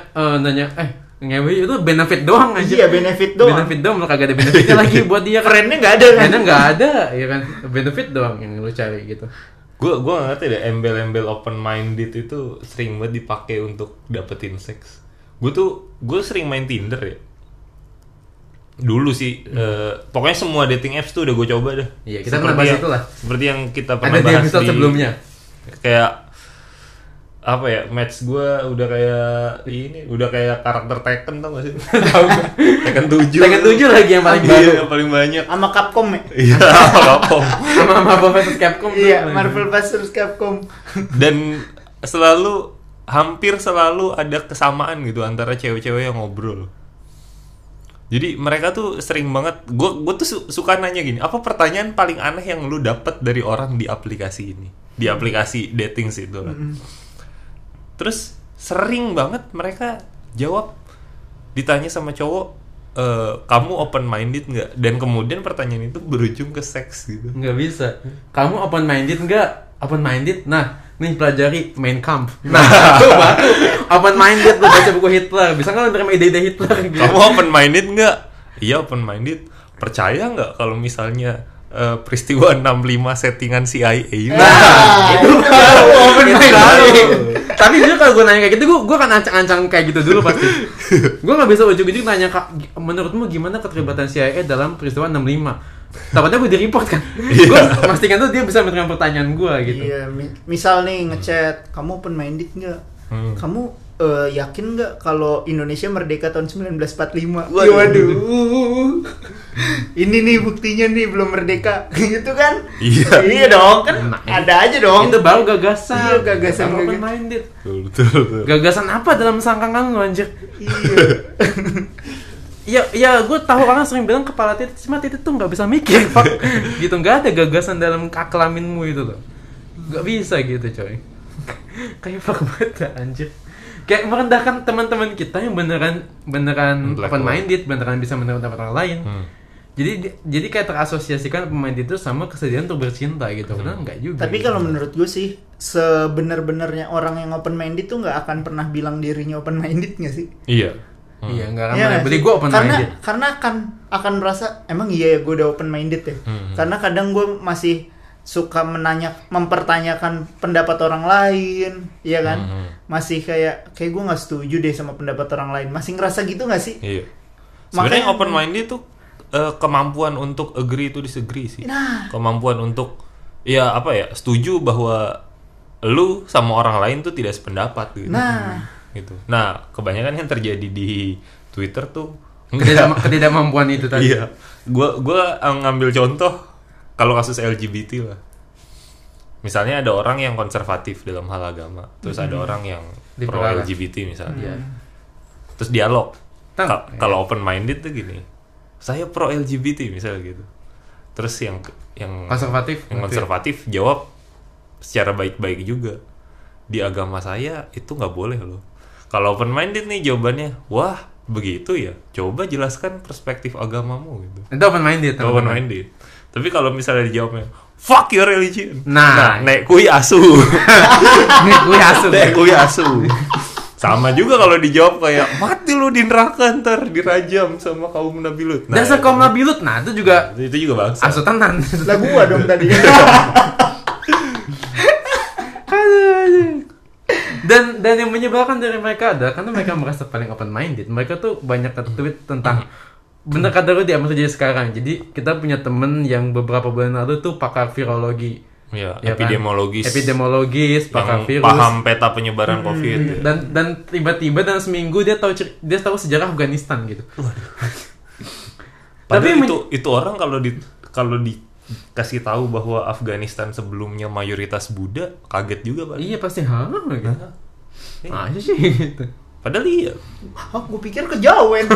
ngewe itu benefit doang aja.
Iya, benefit doang.
Benefit doang, lu kagak ada benefitnya lagi buat dia.
Kerennya nggak ada kan?
Kerennya nggak ada, ya kan? Benefit doang yang lu cari gitu.
Gue nggak ngerti deh, embel-embel open minded itu sering banget dipakai untuk dapetin seks. Gue sering main Tinder ya. Dulu sih, pokoknya semua dating apps tuh udah gue coba dah.
Iya, kita pernah bahas itu lah.
Seperti yang kita pernah
bahas di episode sebelumnya.
Kayak apa ya, match gue udah kayak karakter Tekken, tau gak sih?
Tahu.
Tekken 7
lagi yang paling baru.
Yang paling banyak
Sama Capcom ya?
Iya, sama Capcom.
Sama Marvel vs Capcom.
Iya, Marvel vs Capcom.
Dan hampir selalu ada kesamaan gitu antara cewek-cewek yang ngobrol. Jadi mereka tuh sering banget, gue tuh suka nanya gini, apa pertanyaan paling aneh yang lu dapet dari orang di aplikasi ini, di aplikasi dating situ lah. Terus sering banget mereka jawab, ditanya sama cowok, kamu open minded nggak? Dan kemudian pertanyaan itu berujung ke seks gitu.
Nggak bisa. Kamu open minded nggak? Open minded. Nah, nih pelajari Mein Kampf. Nah, itu baru open minded, lu baca buku Hitler. Bisa nggak lu terima ide-ide Hitler? Gitu.
Kamu open minded nggak? Iya, open minded. Percaya nggak kalau misalnya peristiwa 65 settingan CIA?
Itu open minded. Tapi juga kalau gue nanya kayak gitu, gue kan ancang-ancang kayak gitu dulu pasti. Gue nggak bisa ujuk-ujuk nanya, menurutmu gimana keterlibatan CIA dalam peristiwa 65? Takutnya gue di-report kan. Gue pastikan tuh dia bisa menerima pertanyaan gue gitu.
Iya, misal nih ngechat, kamu open minded nggak? Kamu yakin nggak kalau Indonesia merdeka tahun 1945? Waduh. Ini nih buktinya nih belum merdeka, gitu kan? Iya dong, kan ada aja dong.
Itu baru gagasan.
Iya, gagasan
open minded.
Betul.
Gagasan apa dalam sangkangan lu anjir?
Iya.
Ya gue tahu orang sering bilang kepala titit, cuma titit tuh nggak bisa mikir, Pak. Gitu, nggak ada gagasan dalam kelaminmu itu loh. Nggak bisa gitu coy. Kayak fuck banget anjir. Kayak merendahkan teman-teman kita yang beneran open minded, beneran bisa menerima pendapat orang lain. Jadi kayak terasosiasikan open minded itu sama kesedihan untuk bercinta gitu. Padahal enggak juga.
Tapi kalau menurut gue sih, sebenar-benarnya orang yang open minded tuh nggak akan pernah bilang dirinya open minded nggak sih?
Iya.
Iya, nggak akan beli gue open minded.
Karena akan merasa emang iya ya gue udah open minded ya. Karena kadang gue masih suka mempertanyakan pendapat orang lain, ya kan? Masih kayak gue nggak setuju deh sama pendapat orang lain. Masih ngerasa gitu nggak sih?
Iya. Sebenarnya open minded tuh kemampuan untuk agree to disagree sih.
Nah.
Kemampuan untuk setuju bahwa lu sama orang lain tuh tidak sependapat gitu. Gitu. Nah, kebanyakan yang terjadi di Twitter tuh
ketidakmampuan itu tadi.
Iya. Gua ngambil contoh kalau kasus LGBT lah. Misalnya ada orang yang konservatif dalam hal agama, terus ada orang yang pro LGBT misalnya. Terus dialog. Kalau open minded tuh gini. Saya pro LGBT misalnya gitu. Terus yang konservatif jawab secara baik-baik juga. Di agama saya itu nggak boleh loh. Kalau open minded nih jawabannya, wah begitu ya. Coba jelaskan perspektif agamamu gitu.
Itu open minded.
Open minded. Tapi kalau misalnya dijawabnya fuck your religion,
nah
nek kui asu. Nek kui asu. Sama juga kalau dijawab kayak mati lu di neraka ntar dirajam sama kaum Nabi Lut.
Dasar kaum Nabi Lut, nah itu juga
bangsa.
asu tenan.
Lah gua dong tadi.
Dan yang menyebalkan dari mereka adalah karena mereka merasa paling open minded. Mereka tuh banyak tweet tentang bener kata lu dia terjadi sekarang. Jadi kita punya temen yang beberapa bulan lalu tuh pakar virologi.
Ya,
epidemiologis, pakar virus,
paham peta penyebaran COVID.
Dan tiba-tiba dalam seminggu dia tahu sejarah Afghanistan gitu.
Tapi itu orang kalau dikasih tahu bahwa Afghanistan sebelumnya mayoritas Buddha, kaget juga Pak.
Iya pasti gitu. Aja sih gitu.
Padahal iya.
Gue pikir kejawen.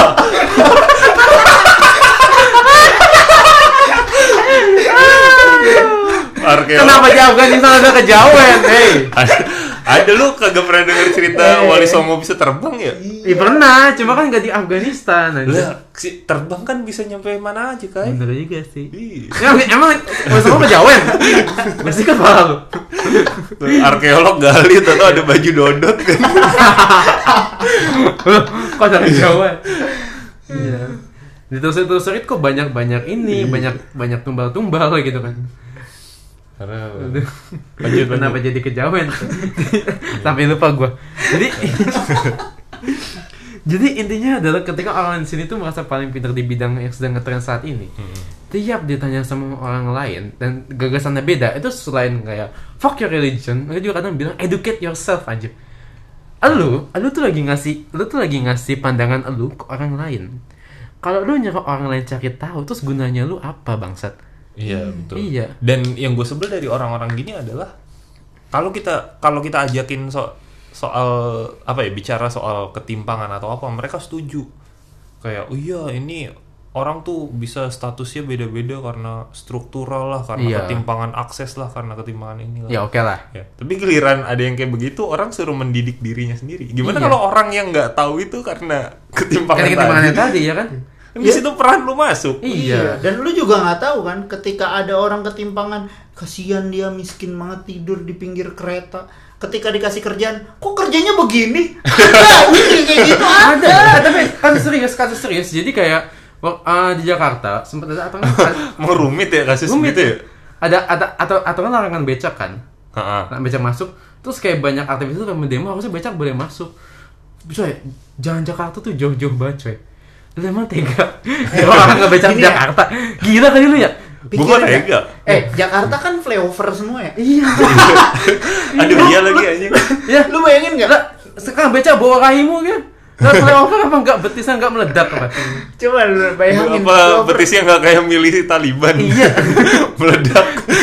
Kenapa di Afghanistan ada kejawen?
Ada lu kagak pernah denger cerita Wali Songo bisa terbang ya?
Iya pernah, cuma kan gak di Afghanistan aja.
Lah, terbang kan bisa nyampe mana aja kan?
Bener juga sih. Emang Wali Songo kejawen? Pasti kan lu.
Arkeolog gali atau ada baju dodot kan?
Kok ada kejawen? Iya. Ditelusuri kok banyak ini, banyak tumbal-tumbal gitu kan.
Karena
kenapa jadi kejawen? Sampai lupa gue. Jadi intinya adalah ketika orang di sini tuh merasa paling pintar di bidang yang sedang ngetren saat ini. Tiap ditanya sama orang lain dan gagasannya beda, itu selain kayak fuck your religion, mereka juga kadang bilang educate yourself aja. Lu tuh lagi ngasih pandangan lu ke orang lain. Kalau lu nyuruh orang lain cari tahu, terus gunanya lu apa bangsat?
Iya betul.
Iya.
Dan yang gue sebel dari orang-orang gini adalah kalau kita ajakin soal apa ya, bicara soal ketimpangan atau apa, mereka setuju. Kayak oh iya ini orang tuh bisa statusnya beda-beda karena struktural lah, karena ketimpangan akses lah, karena ketimpangan ini lah.
Ya oke lah.
Ya, tapi giliran ada yang kayak begitu, orang suruh mendidik dirinya sendiri. Gimana kalau orang yang nggak tahu itu karena ketimpangan
tadi ya kan?
Di situ peran lu masuk.
Iya. Dan lu juga nggak tahu kan, ketika ada orang ketimpangan, kasihan dia miskin banget tidur di pinggir kereta. Ketika dikasih kerjaan, kok kerjanya begini? Kayak gitu ada.
Tapi kan kasus serius. Jadi kayak di Jakarta sempat ada apa?
Mau rumit ya kasus gitu ya?
Ada aturan larangan becak kan? Becak masuk. Terus kayak banyak aktivis itu demo harusnya becak boleh masuk. Coy, jalan Jakarta tuh jauh-jauh banget coy. Lu emang tega? Orang nggak becak di Jakarta. Gila kali lu ya?
Bukan tega.
Jakarta kan flyover semua ya?
Iya.
Aduh iya lagi aja.
Ya, lu bayangin nggak?
Sekarang becak bawa rahimu kan? Nah, flyover apa enggak betisnya enggak meledak apa?
Coba lu bayangin.
Apa betisnya enggak kayak milisi Taliban?
Iya.
Meledak.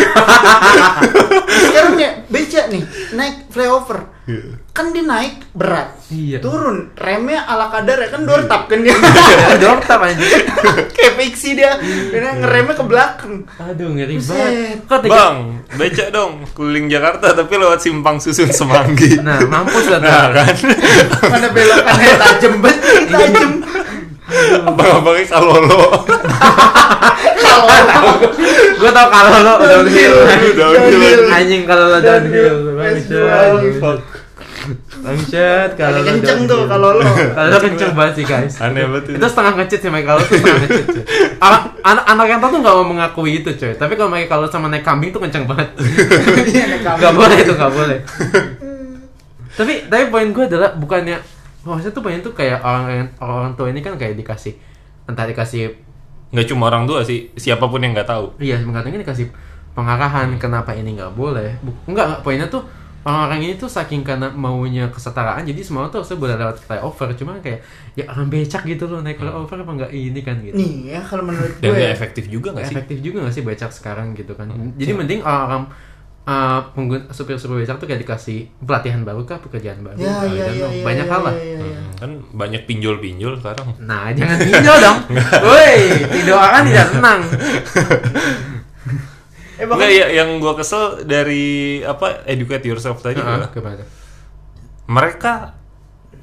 Sekarang ya becak nih naik flyover. Kan dia naik berat, turun remnya ala kadar ya kan, doortap kan dia.
Doortap aja.
Kayak fiksi dia ngeremnya ke belakang.
Aduh ngeri banget.
Bang, becak dong keliling Jakarta tapi lewat Simpang Susun Semanggi.
Nah mampus lah
kan.
Mana belokannya tajam banget, tajam.
Abang-abangnya kalolo.
Gue tau kalolo downhill. Anjing kalolo downhill. Bangsat kalau
kenceng tuh kalau lo
kenceng banget sih guys.
Aneh banget
itu setengah ngecit sih Michael tuh setengah ngecit cuy. Anak yang tahu tuh nggak mau mengakui itu coy, tapi kalau Michael sama naik kambing tuh kenceng banget. Nggak boleh itu nggak boleh. Tapi poin gue adalah bukannya maksudnya tuh poin tuh kayak orang tua ini kan kayak dikasih
nggak cuma orang tua sih, siapapun yang nggak tahu.
Iya mengatakan dikasih pengarahan kenapa ini nggak boleh. Enggak poinnya tuh orang-orang ini tuh saking karena maunya kesetaraan, jadi semua tuh harusnya boleh lewat flyover. Cuma kayak ya orang becak gitu loh naik flyover apa nggak ini kan gitu.
Nih ya kalau menurut
gue. Dan
ya
efektif juga nggak sih?
Efektif juga nggak sih becak sekarang gitu kan. Jadi mending orang-orang pengguna supir-supir becak tuh kayak dikasih pelatihan baru kah, pekerjaan baru. Banyak hal lah.
Kan banyak pinjol sekarang.
Nah jangan pinjol dong. Woi, doakan tidak tenang.
Enggak ya, yang gue kesel dari educate yourself tadi adalah mereka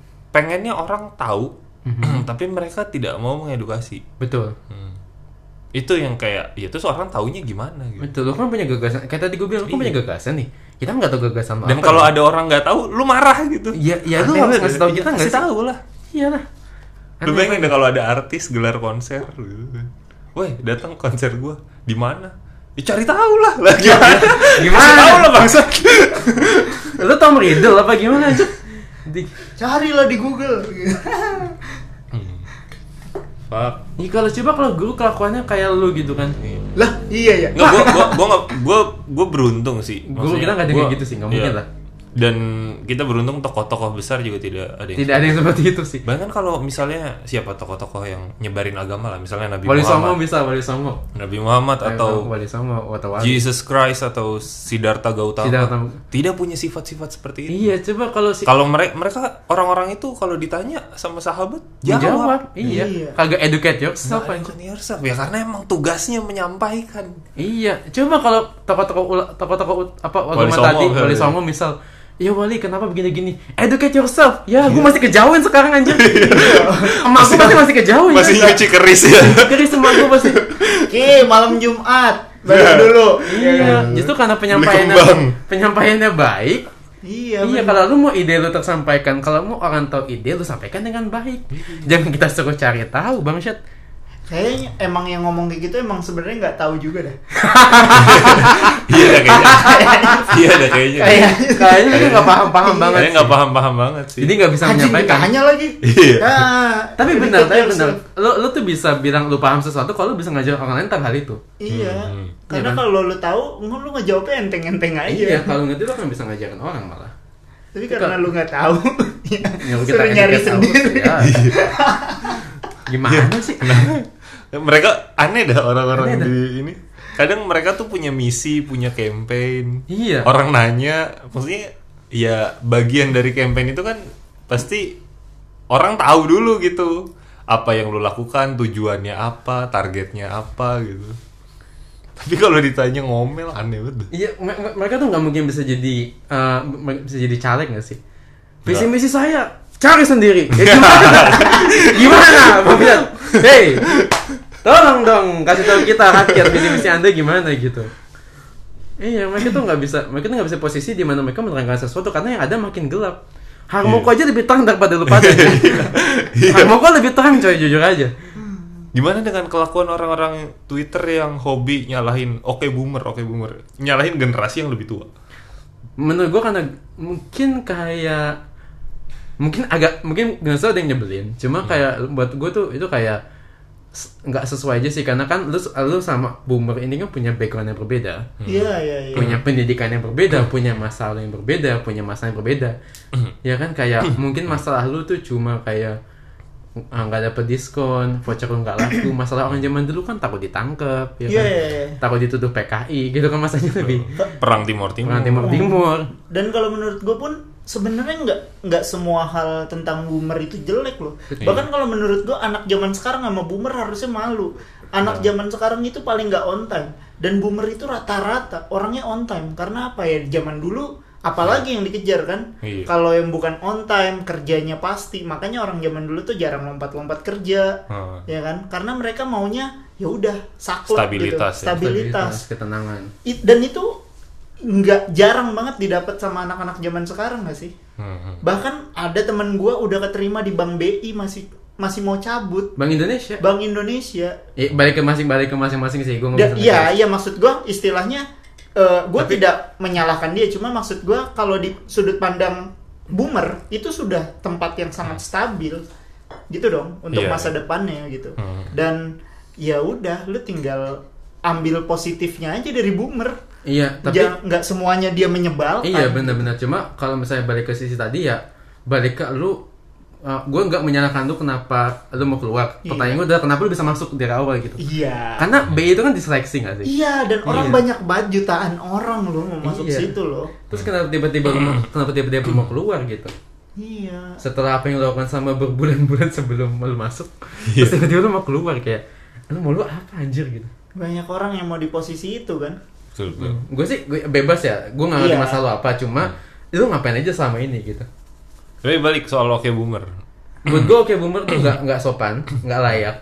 pengennya orang tahu, tapi mereka tidak mau mengedukasi.
Betul.
Itu yang kayak ya terus orang taunya gimana gitu.
Betul, lu kan punya gagasan. Kayak tadi gue bilang, lu kan punya gagasan nih. Kita nggak tahu gagasan lu.
Dan kalau ada orang nggak tahu, lu marah gitu.
Iya, lu harus ngasih tahu kita nggak sih?
Tahu lah.
Iyalah.
Lu bayangin deh kalau ada artis gelar konser gitu. Woi, datang konser gua. Di mana? Cari tahu lah.
Gimana?
Tahu lah bangsat.
Lu Tom Riddle apa gimana aja?
Carilah di Google.
Fuck.
Iya kalau guru kelakuannya kayak lu gitu kan.
Lah, iya ya.
Gue beruntung sih.
Guru kita nggak ada kayak gitu sih, nggak mungkin lah.
Dan kita beruntung tokoh-tokoh besar juga tidak ada
yang seperti itu sih.
Bahkan kalau misalnya siapa tokoh-tokoh yang nyebarin agama lah, misalnya Nabi
Wali
Muhammad.
Songo bisa, Wali Songo.
Nabi Muhammad atau
Wali Songo atau
Jesus Christ atau Siddhartha Gautama. Tidak punya sifat-sifat seperti itu.
Iya, coba kalau
mereka orang-orang itu kalau ditanya sama sahabat jawab.
Iya. Kagak educate yourself aja.
Ya karena emang tugasnya menyampaikan.
Iya, coba kalau tokoh-tokoh apa agama tadi, Wali Songo misal, ya Wali kenapa begini-gini? Educate yourself. Ya, gue masih kejauhan sekarang anjir. Emak gue masih kejauhan.
Masih nyuci keris ya.
Keris emak gue masih.
Oke, malam Jumat. Baru dulu.
Iya, justru karena penyampaiannya baik. Iya, kalau lu mau ide lu tersampaikan, kalau mau orang tahu ide lu sampaikan dengan baik. Jangan kita suruh cari tahu, Bangsat.
Kayaknya emang yang ngomong kayak gitu emang sebenarnya nggak tahu juga dah.
Iya kayaknya.
Kayaknya dia nggak paham banget.
Kayaknya nggak paham banget sih.
Jadi nggak bisa menyampaikan.
Hanya lagi.
Iya.
Tapi benar. Lu tuh bisa bilang lu paham sesuatu kalau lu bisa ngajar orang lain tentang hal itu.
Iya. Karena kalau lu tahu, lu ngejawabnya enteng-enteng aja.
Iya, kalau ngerti lu kan bisa ngajarin orang malah.
Tapi karena lu nggak tahu,
suruh nyari sendiri. Gimana sih?
Mereka aneh dah orang-orang di ini. Kadang mereka tuh punya misi, punya campaign.
Iya.
Orang nanya, maksudnya ya bagian dari campaign itu kan pasti orang tahu dulu gitu apa yang lu lakukan, tujuannya apa, targetnya apa gitu. Tapi kalau ditanya ngomel aneh banget.
Iya, mereka tuh nggak mungkin bisa jadi caleg nggak sih? Visi misi saya cari sendiri. Ya, gimana? Bang Bian? Hey, tolong dong kasih tahu kita rakyat visi misi Anda gimana gitu. Iya, mereka tuh nggak bisa posisi di mana mereka menerangkan sesuatu karena yang ada makin gelap. Harmoko aja lebih terang daripada lu pada. Harmoko lebih terang coy, jujur aja.
Gimana dengan kelakuan orang-orang Twitter yang hobi nyalahin oke boomer, nyalahin generasi yang lebih tua?
Menurut gua karena mungkin nggak usah ada yang nyebelin, cuma kayak buat gue tuh itu kayak nggak sesuai aja sih, karena kan lu sama boomer ini kan punya background yang berbeda, punya pendidikan yang berbeda, punya masalah yang berbeda, ya kan kayak mungkin masalah lu tuh cuma kayak nggak dapet diskon, voucher lu nggak laku. Masalah orang zaman dulu kan takut ditangkap, ya kan? Takut dituduh PKI, gitu kan masanya lebih
perang Timur.
Dan kalau menurut gue pun sebenarnya nggak semua hal tentang boomer itu jelek loh. Bahkan kalau menurut gue anak zaman sekarang sama boomer harusnya malu. Anak zaman sekarang itu paling nggak on time, dan boomer itu rata-rata orangnya on time. Karena apa ya, zaman dulu apalagi yang dikejar kan. Kalau yang bukan on time kerjanya pasti, makanya orang zaman dulu tuh jarang lompat-lompat kerja, ya kan, karena mereka maunya ya udah saklek stabilitas,
ketenangan.
Dan itu nggak jarang banget didapat sama anak-anak zaman sekarang nggak sih? Bahkan ada teman gue udah keterima di Bank BI masih mau cabut. Bank Indonesia. Balik ke masing-masing sih gue. Iya maksud gue istilahnya. Gue tidak menyalahkan dia, cuma maksud gue kalau di sudut pandang boomer itu sudah tempat yang sangat stabil gitu dong untuk masa depannya gitu. Dan ya udah, lu tinggal ambil positifnya aja dari boomer.
Iya, tapi
nggak semuanya dia menyebalkan.
Iya benar-benar, cuma kalau misalnya balik ke sisi tadi ya, balik ke lu. Gue nggak menyalahkan lu kenapa lu mau keluar. Pertanyaan gue adalah kenapa lu bisa masuk dari awal gitu. Iya. Karena BI itu kan diseleksi nggak sih?
Iya, dan orang banyak banget, jutaan orang lu mau masuk situ loh.
Terus kenapa tiba-tiba lu mau keluar gitu?
Iya.
Setelah apa yang lu lakukan sama berbulan-bulan sebelum lu masuk, terus tiba-tiba lu mau keluar, kayak lu mau lu apa anjir gitu.
Banyak orang yang mau di posisi itu kan.
Gue sih bebas ya. Gue nggak ngerti masalah apa, cuma lu ngapain aja selama ini gitu.
Tapi balik soal oke boomer.
Buat gue oke boomer tuh nggak sopan, nggak layak.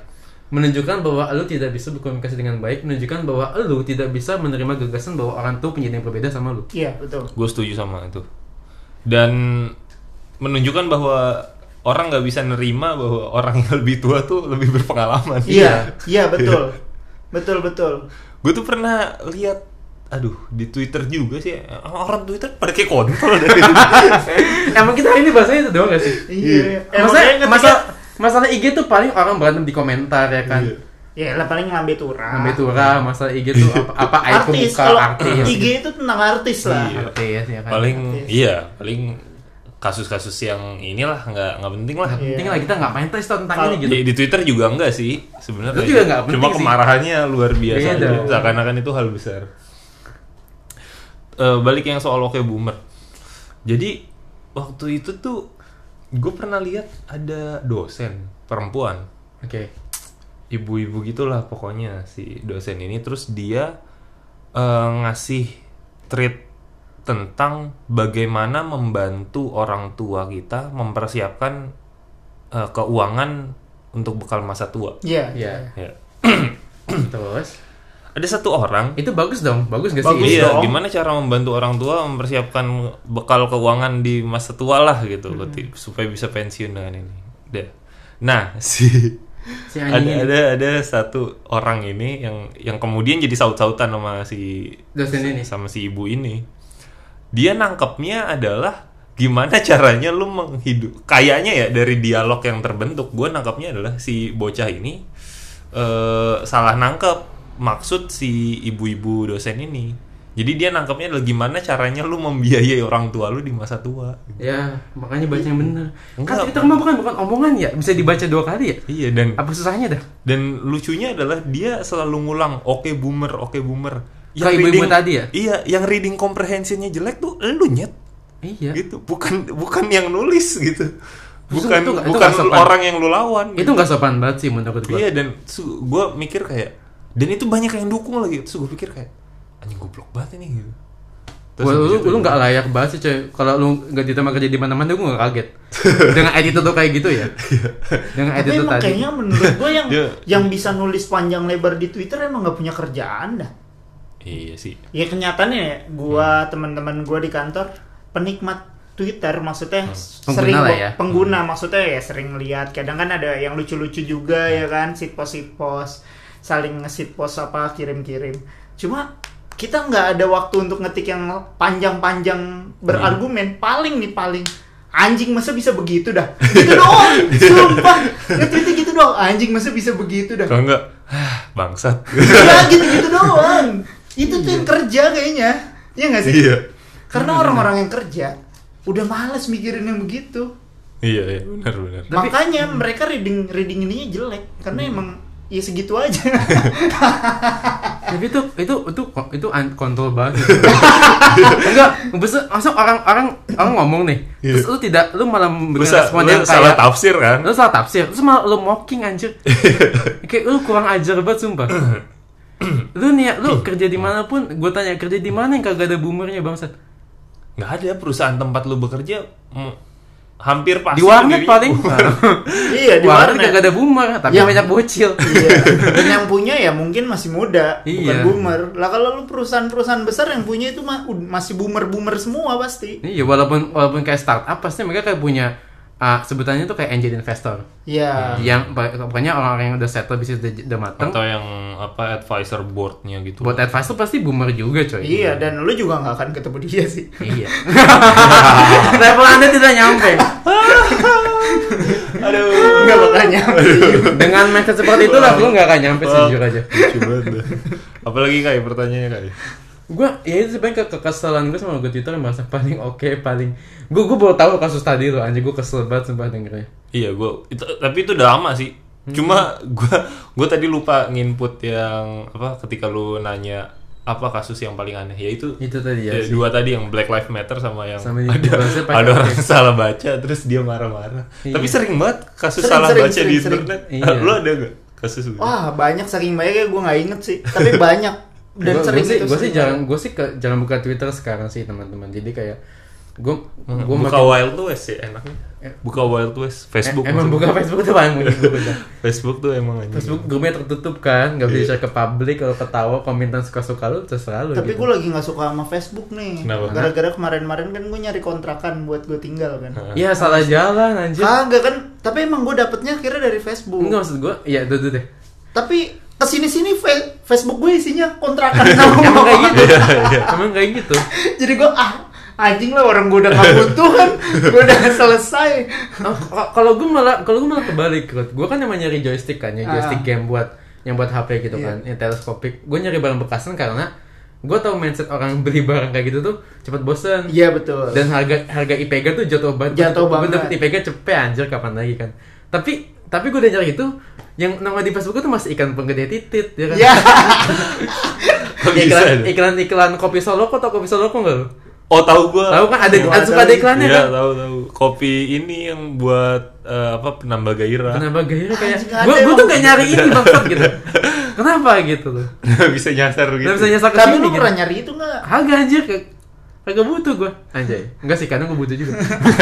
menunjukkan bahwa lu tidak bisa berkomunikasi dengan baik, menunjukkan bahwa lu tidak bisa menerima gagasan bahwa orang tua punya ide yang berbeda sama lu.
Iya, betul.
Gue setuju sama itu. Dan menunjukkan bahwa orang nggak bisa nerima bahwa orang yang lebih tua tuh lebih berpengalaman.
Iya, iya betul. Betul.
Gue tuh pernah lihat, di Twitter juga sih, orang Twitter pada kayak kontol dari itu.
Emang kita ini bahasanya itu doang gak sih?
Iya.
Masalah IG tuh paling orang berantem di komentar ya kan.
Ya lah paling ngambil turah.
Masalah IG tuh apa aib
artis,
muka
kalau
artis.
IG itu tentang artis lah.
Iya.
Artis ya kan.
Paling kasus-kasus yang inilah nggak penting lah.
Penting lah kita nggak main tes tentang ini gitu.
Di Twitter juga enggak sih sebenarnya.
Itu juga nggak penting.
Cuma kemarahannya luar biasa. Seakan-akan itu hal besar. Balik yang soal Oke Boomer. Jadi waktu itu tuh gue pernah lihat ada dosen perempuan.
Oke.
Ibu-ibu gitulah pokoknya si dosen ini, terus dia ngasih treat tentang bagaimana membantu orang tua kita mempersiapkan keuangan untuk bekal masa tua.
Iya.
Terus
ada satu orang,
itu bagus dong, bagus gak sih?
Bagus
iya,
dong.
gimana cara membantu orang tua mempersiapkan bekal keuangan di masa tua lah gitu, supaya bisa pensiun dengan ini. Nah, ada satu orang ini yang kemudian jadi saut-sautan sama si
dosen ini,
sama si ibu ini. Dia nangkepnya adalah gimana caranya lu menghidup. Kayaknya ya dari dialog yang terbentuk, gue nangkepnya adalah si bocah ini salah nangkep maksud si ibu-ibu dosen ini. Jadi dia nangkepnya adalah gimana caranya lu membiayai orang tua lu di masa tua.
Ya, makanya baca yang bener.
Enggak,
Kan itu mah bukan omongan ya, bisa dibaca 2 kali ya.
Iya, dan
apa susahnya dah?
Dan lucunya adalah dia selalu ngulang Oke Boomer.
Kayak ibu-ibu tadi ya?
Iya, yang reading comprehensionnya jelek tuh lu nyet.
Iya.
Gitu, bukan yang nulis gitu. Bukan
itu gak
orang yang lu lawan.
Itu nggak sopan banget sih menurut gue.
Iya, dan gue mikir kayak, dan itu banyak yang dukung lagi. Terus gue pikir kayak, anjing goblok banget ini gitu.
Lu nggak layak banget sih coy. Kalau lu nggak diterima kerja di mana-mana, gue nggak kaget. Dengan attitude tuh kayak gitu ya. Dengan attitude tadi.
Kayaknya menurut gue yang bisa nulis panjang lebar di Twitter emang nggak punya kerjaan dah.
Iya sih.
Ya kenyataannya gue teman-teman gue di kantor penikmat Twitter, maksudnya sering pengguna, maksudnya ya sering lihat. Kadang kan ada yang lucu-lucu juga ya kan, sitpost saling nge-sitpost apa kirim-kirim. Cuma kita nggak ada waktu untuk ngetik yang panjang-panjang berargumen. Paling anjing masa bisa begitu dah. Gitu doang. Sumpah. Nge-tweetnya gitu doang. Anjing masa bisa begitu dah.
Kalau enggak, bangsat.
Ya gitu doang. Itu tuh yang kerja kayaknya. Iya nggak sih?
Iya.
Karena orang-orang yang kerja udah malas mikirin yang begitu.
Iya, benar.
Makanya mereka reading ininya jelek karena emang ya segitu aja.
Tapi itu kontrol banget. Enggak, masa orang ngomong nih. Terus lu malah memberikan respon yang kayak
salah tafsir kan?
Lu salah tafsir. Terus malah lu mocking anjir. Kayak lu kurang ajar banget sumpah. Lu kerja di mana pun, gue tanya kerja di mana yang kagak ada boomernya bangsat?
Nggak ada perusahaan tempat lu bekerja hampir pasti
di warnet paling.
Iya, di warnet
kagak ada boomer, tapi banyak bocil.
Iya. Dan yang punya ya mungkin masih muda, bukan
Iya.
boomer. Lah kalau lu perusahaan besar yang punya itu masih boomer semua pasti.
Iya, walaupun kayak startup pasti mereka kayak punya sebutannya tuh kayak angel investor.
Iya.
Yang pokoknya orang-orang yang udah settle bisnis udah mateng.
Atau yang advisor boardnya gitu.
Buat advisor pasti boomer juga coy.
Iya, dan lu juga nggak akan ketemu dia sih.
Iya. Level Anda tidak nyampe.
Aduh.
Nggak bakal nyampe.
Dengan mindset seperti itu lah, lu nggak akan nyampe sejujur aja.
Coba deh. Apalagi kayak pertanyaannya kayak.
Gue ya itu sebenarnya kekesalan gue sama gue Twitter merasa paling gue baru tahu kasus tadi loh anjir, gue kesel banget sumpah dengernya.
Iya, tapi itu udah lama sih. Cuma gue tadi lupa nginput yang ketika lu nanya apa kasus yang paling aneh, yaitu
tadi ya
dua tadi yang Black Lives Matter sama yang
ada
orang salah baca terus dia marah-marah.
Iya.
Tapi sering banget kasus salah baca di internet.
Iya.
Lu ada gak kasus gitu?
Wah, banyak, saking banyaknya gue nggak inget sih. Tapi banyak. Dan
gue
sering
sih jarang buka Twitter sekarang sih teman-teman. Jadi kayak Gue
buka Wild West ya enaknya. Buka Wild West, Facebook.
Emang buka Facebook tuh paling mungkin gue
Facebook tuh emang aja.
Facebook grupnya tertutup kan, nggak bisa share ke publik. Kalau ketawa komentar suka-suka lu terserah lu.
Tapi
gitu.
gue lagi nggak suka sama Facebook nih.
Kenapa?
Gara-gara kemarin kan gue nyari kontrakan buat gue tinggal kan.
Iya salah jalan anjir.
Kagak kan, tapi emang gue dapetnya akhirnya dari Facebook.
Enggak maksud gue, ya itu deh.
Tapi kesini-sini Facebook gue isinya kontrakan.
Emang kayak gitu. Emang kayak gitu.
Jadi gue anjing lah, orang gue udah gak butuh kan, gue udah selesai.
Kalau gue malah kebalik. Gue kan emang nyari joystick kan, joystick game yang buat HP gitu kan, yang teleskopik. Gue nyari barang bekasan karena gue tau mindset orang beli barang kayak gitu tuh cepet bosen.
Iya betul.
Dan harga IPK tuh jatuh banget. Gue dapet IPK cepet anjir kapan lagi kan. Tapi gue udah nyari itu, yang nama di Facebook itu masih ikan penggede titit ya kan.
Yeah.
iklan kopi Soloko atau kopi Soloko enggak lu?
Oh tahu gue.
Tahu kan ada suka ada iklannya
iya,
kan?
Iya tahu. Kopi ini yang buat penambah gairah.
Penambah gairah kayak gue tuh gak nyari ini bangsat gitu. Kenapa gitu loh?
Bisa nyasar gitu.
Gak bisa nyasar ke
Tapi
sini
lu
gitu.
pernah nyari itu nggak?
Kagak anjir, kagak butuh gue. Anjay. Enggak sih, kadang gue butuh juga.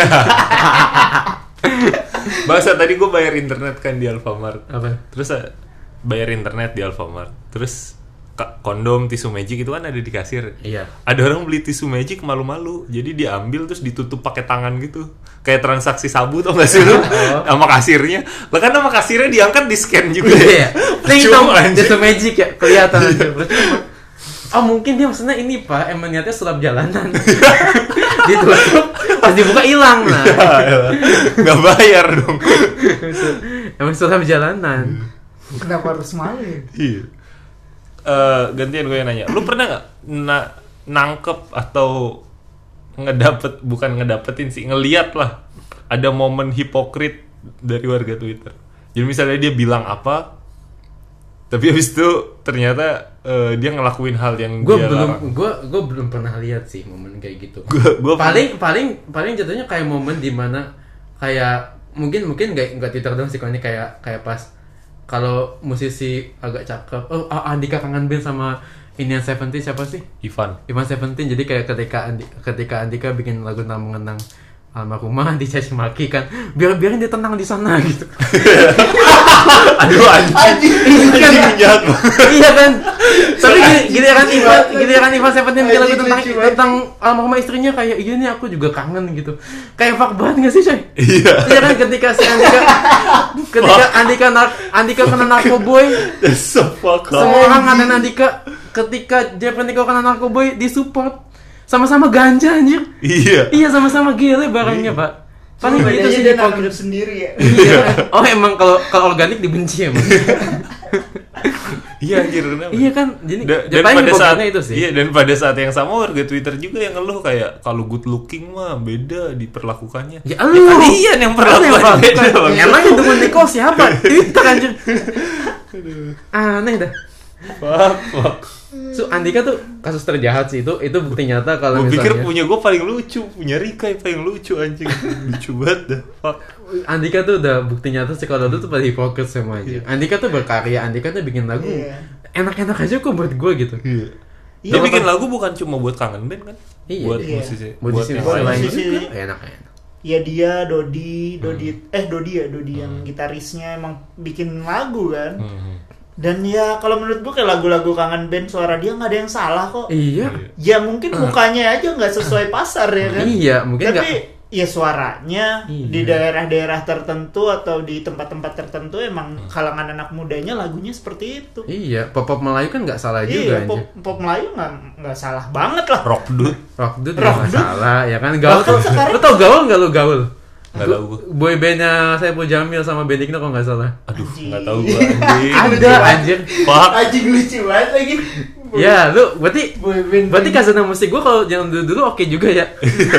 Bahasa tadi gue bayar internet kan di Alfamart.
Apa?
Terus bayar internet di Alfamart. Terus kondom, tisu magic itu kan ada di kasir.
Iya.
Ada orang beli tisu magic malu-malu, jadi diambil terus ditutup pakai tangan gitu, kayak transaksi sabu tau gak sih lu? Sama kasirnya. Lah kan sama kasirnya diangkat di scan juga.
Iya. Nah itu
anjir.
tisu magic ya kelihatan aja. Oh mungkin dia maksudnya ini pak, emang niatnya sulap jalanan. Ditutup, pas dibuka hilang lah.
Nggak bayar dong.
Emang sulap jalanan.
Kenapa harus malu ya?
Iya. Gantian gue yang nanya, lu pernah nggak nangkep atau bukan ngedapetin sih, ngeliat lah ada momen hipokrit dari warga Twitter. Jadi misalnya dia bilang apa, tapi habis itu ternyata dia ngelakuin hal yang dia larang.
Gue belum pernah lihat sih momen kayak gitu.
Gua
paling jatuhnya kayak momen dimana kayak mungkin nggak Twitter dong sih, kalau ini kayak pas kalau musisi agak cakep, Andika kangen band sama Indian Seventeen siapa sih? Ivan Seventeen. Jadi kayak ketika Andika bikin lagu tentang mengenang almarhumah dicaci maki kan, biarin dia tenang di sana gitu.
Aduh anjing jahat.
Iya kan. Tapi giliran Ivan Seventeen bikin lagu tentang almarhumah istrinya kayak iya nih aku juga kangen gitu. Kayak fuck banget enggak sih, coy? Iya kan ketika Andika kena narkoboy. Semua orang ngatain Andika, ketika Jepaniko kena narkoboy disupport. Sama-sama ganja anjir. Iya sama-sama gile barangnya, Pak.
Paling itu sih dia hidup sendiri ya.
Iya. Oh emang kalau organik dibenci emang.
Iya anjir, kenapa?
Iya kan, jadi
dan pada saat
itu sih.
Iya, dan pada saat yang sama warga Twitter juga yang ngeluh kayak kalau good looking mah beda diperlakukannya.
Ya kalian
yang perlakukan beda.
Emang yang temen Niko siapa? Twitter anjir. Aneh dah.
Fuck.
So Andika tuh kasus terjahat sih, itu bukti nyata kalau
misalnya. Gue pikir punya gue paling lucu, punya Rika yang paling lucu anjing. Lucu banget dah. Fuck.
Andika tuh udah bukti nyata sih kalau itu tuh pada hipokrit semua aja. Andika tuh berkarya, Andika tuh bikin lagu enak-enak aja kok buat gue gitu.
Dia bikin lagu bukan cuma buat kangen band kan?
Buat
musisi.
Buat lain juga enak.
Ya dia Dodi yang gitarisnya emang bikin lagu kan. Dan ya kalau menurut gue kayak lagu-lagu kangen band suara dia nggak ada yang salah kok.
Iya.
Ya mungkin mukanya aja nggak sesuai pasar ya kan.
Iya mungkin.
Tapi ya suaranya di daerah-daerah tertentu atau di tempat-tempat tertentu emang kalangan anak mudanya lagunya seperti itu.
Iya. Pop Melayu kan nggak salah juga.
Iya. Pop Melayu nggak salah banget lah.
Rock dude
nggak salah ya kan. Gaul. Lo tau gaul nggak lo gaul?
Nggak tahu gue.
Boy bandnya Saipul Jamil sama Benigno kok nggak salah.
Aduh, nggak tahu gue anjing.
Ada anjir.
Fuck.
Anjing lucu banget lagi.
Ya, lu berarti kasana musik gue kalau jangan dulu oke juga ya.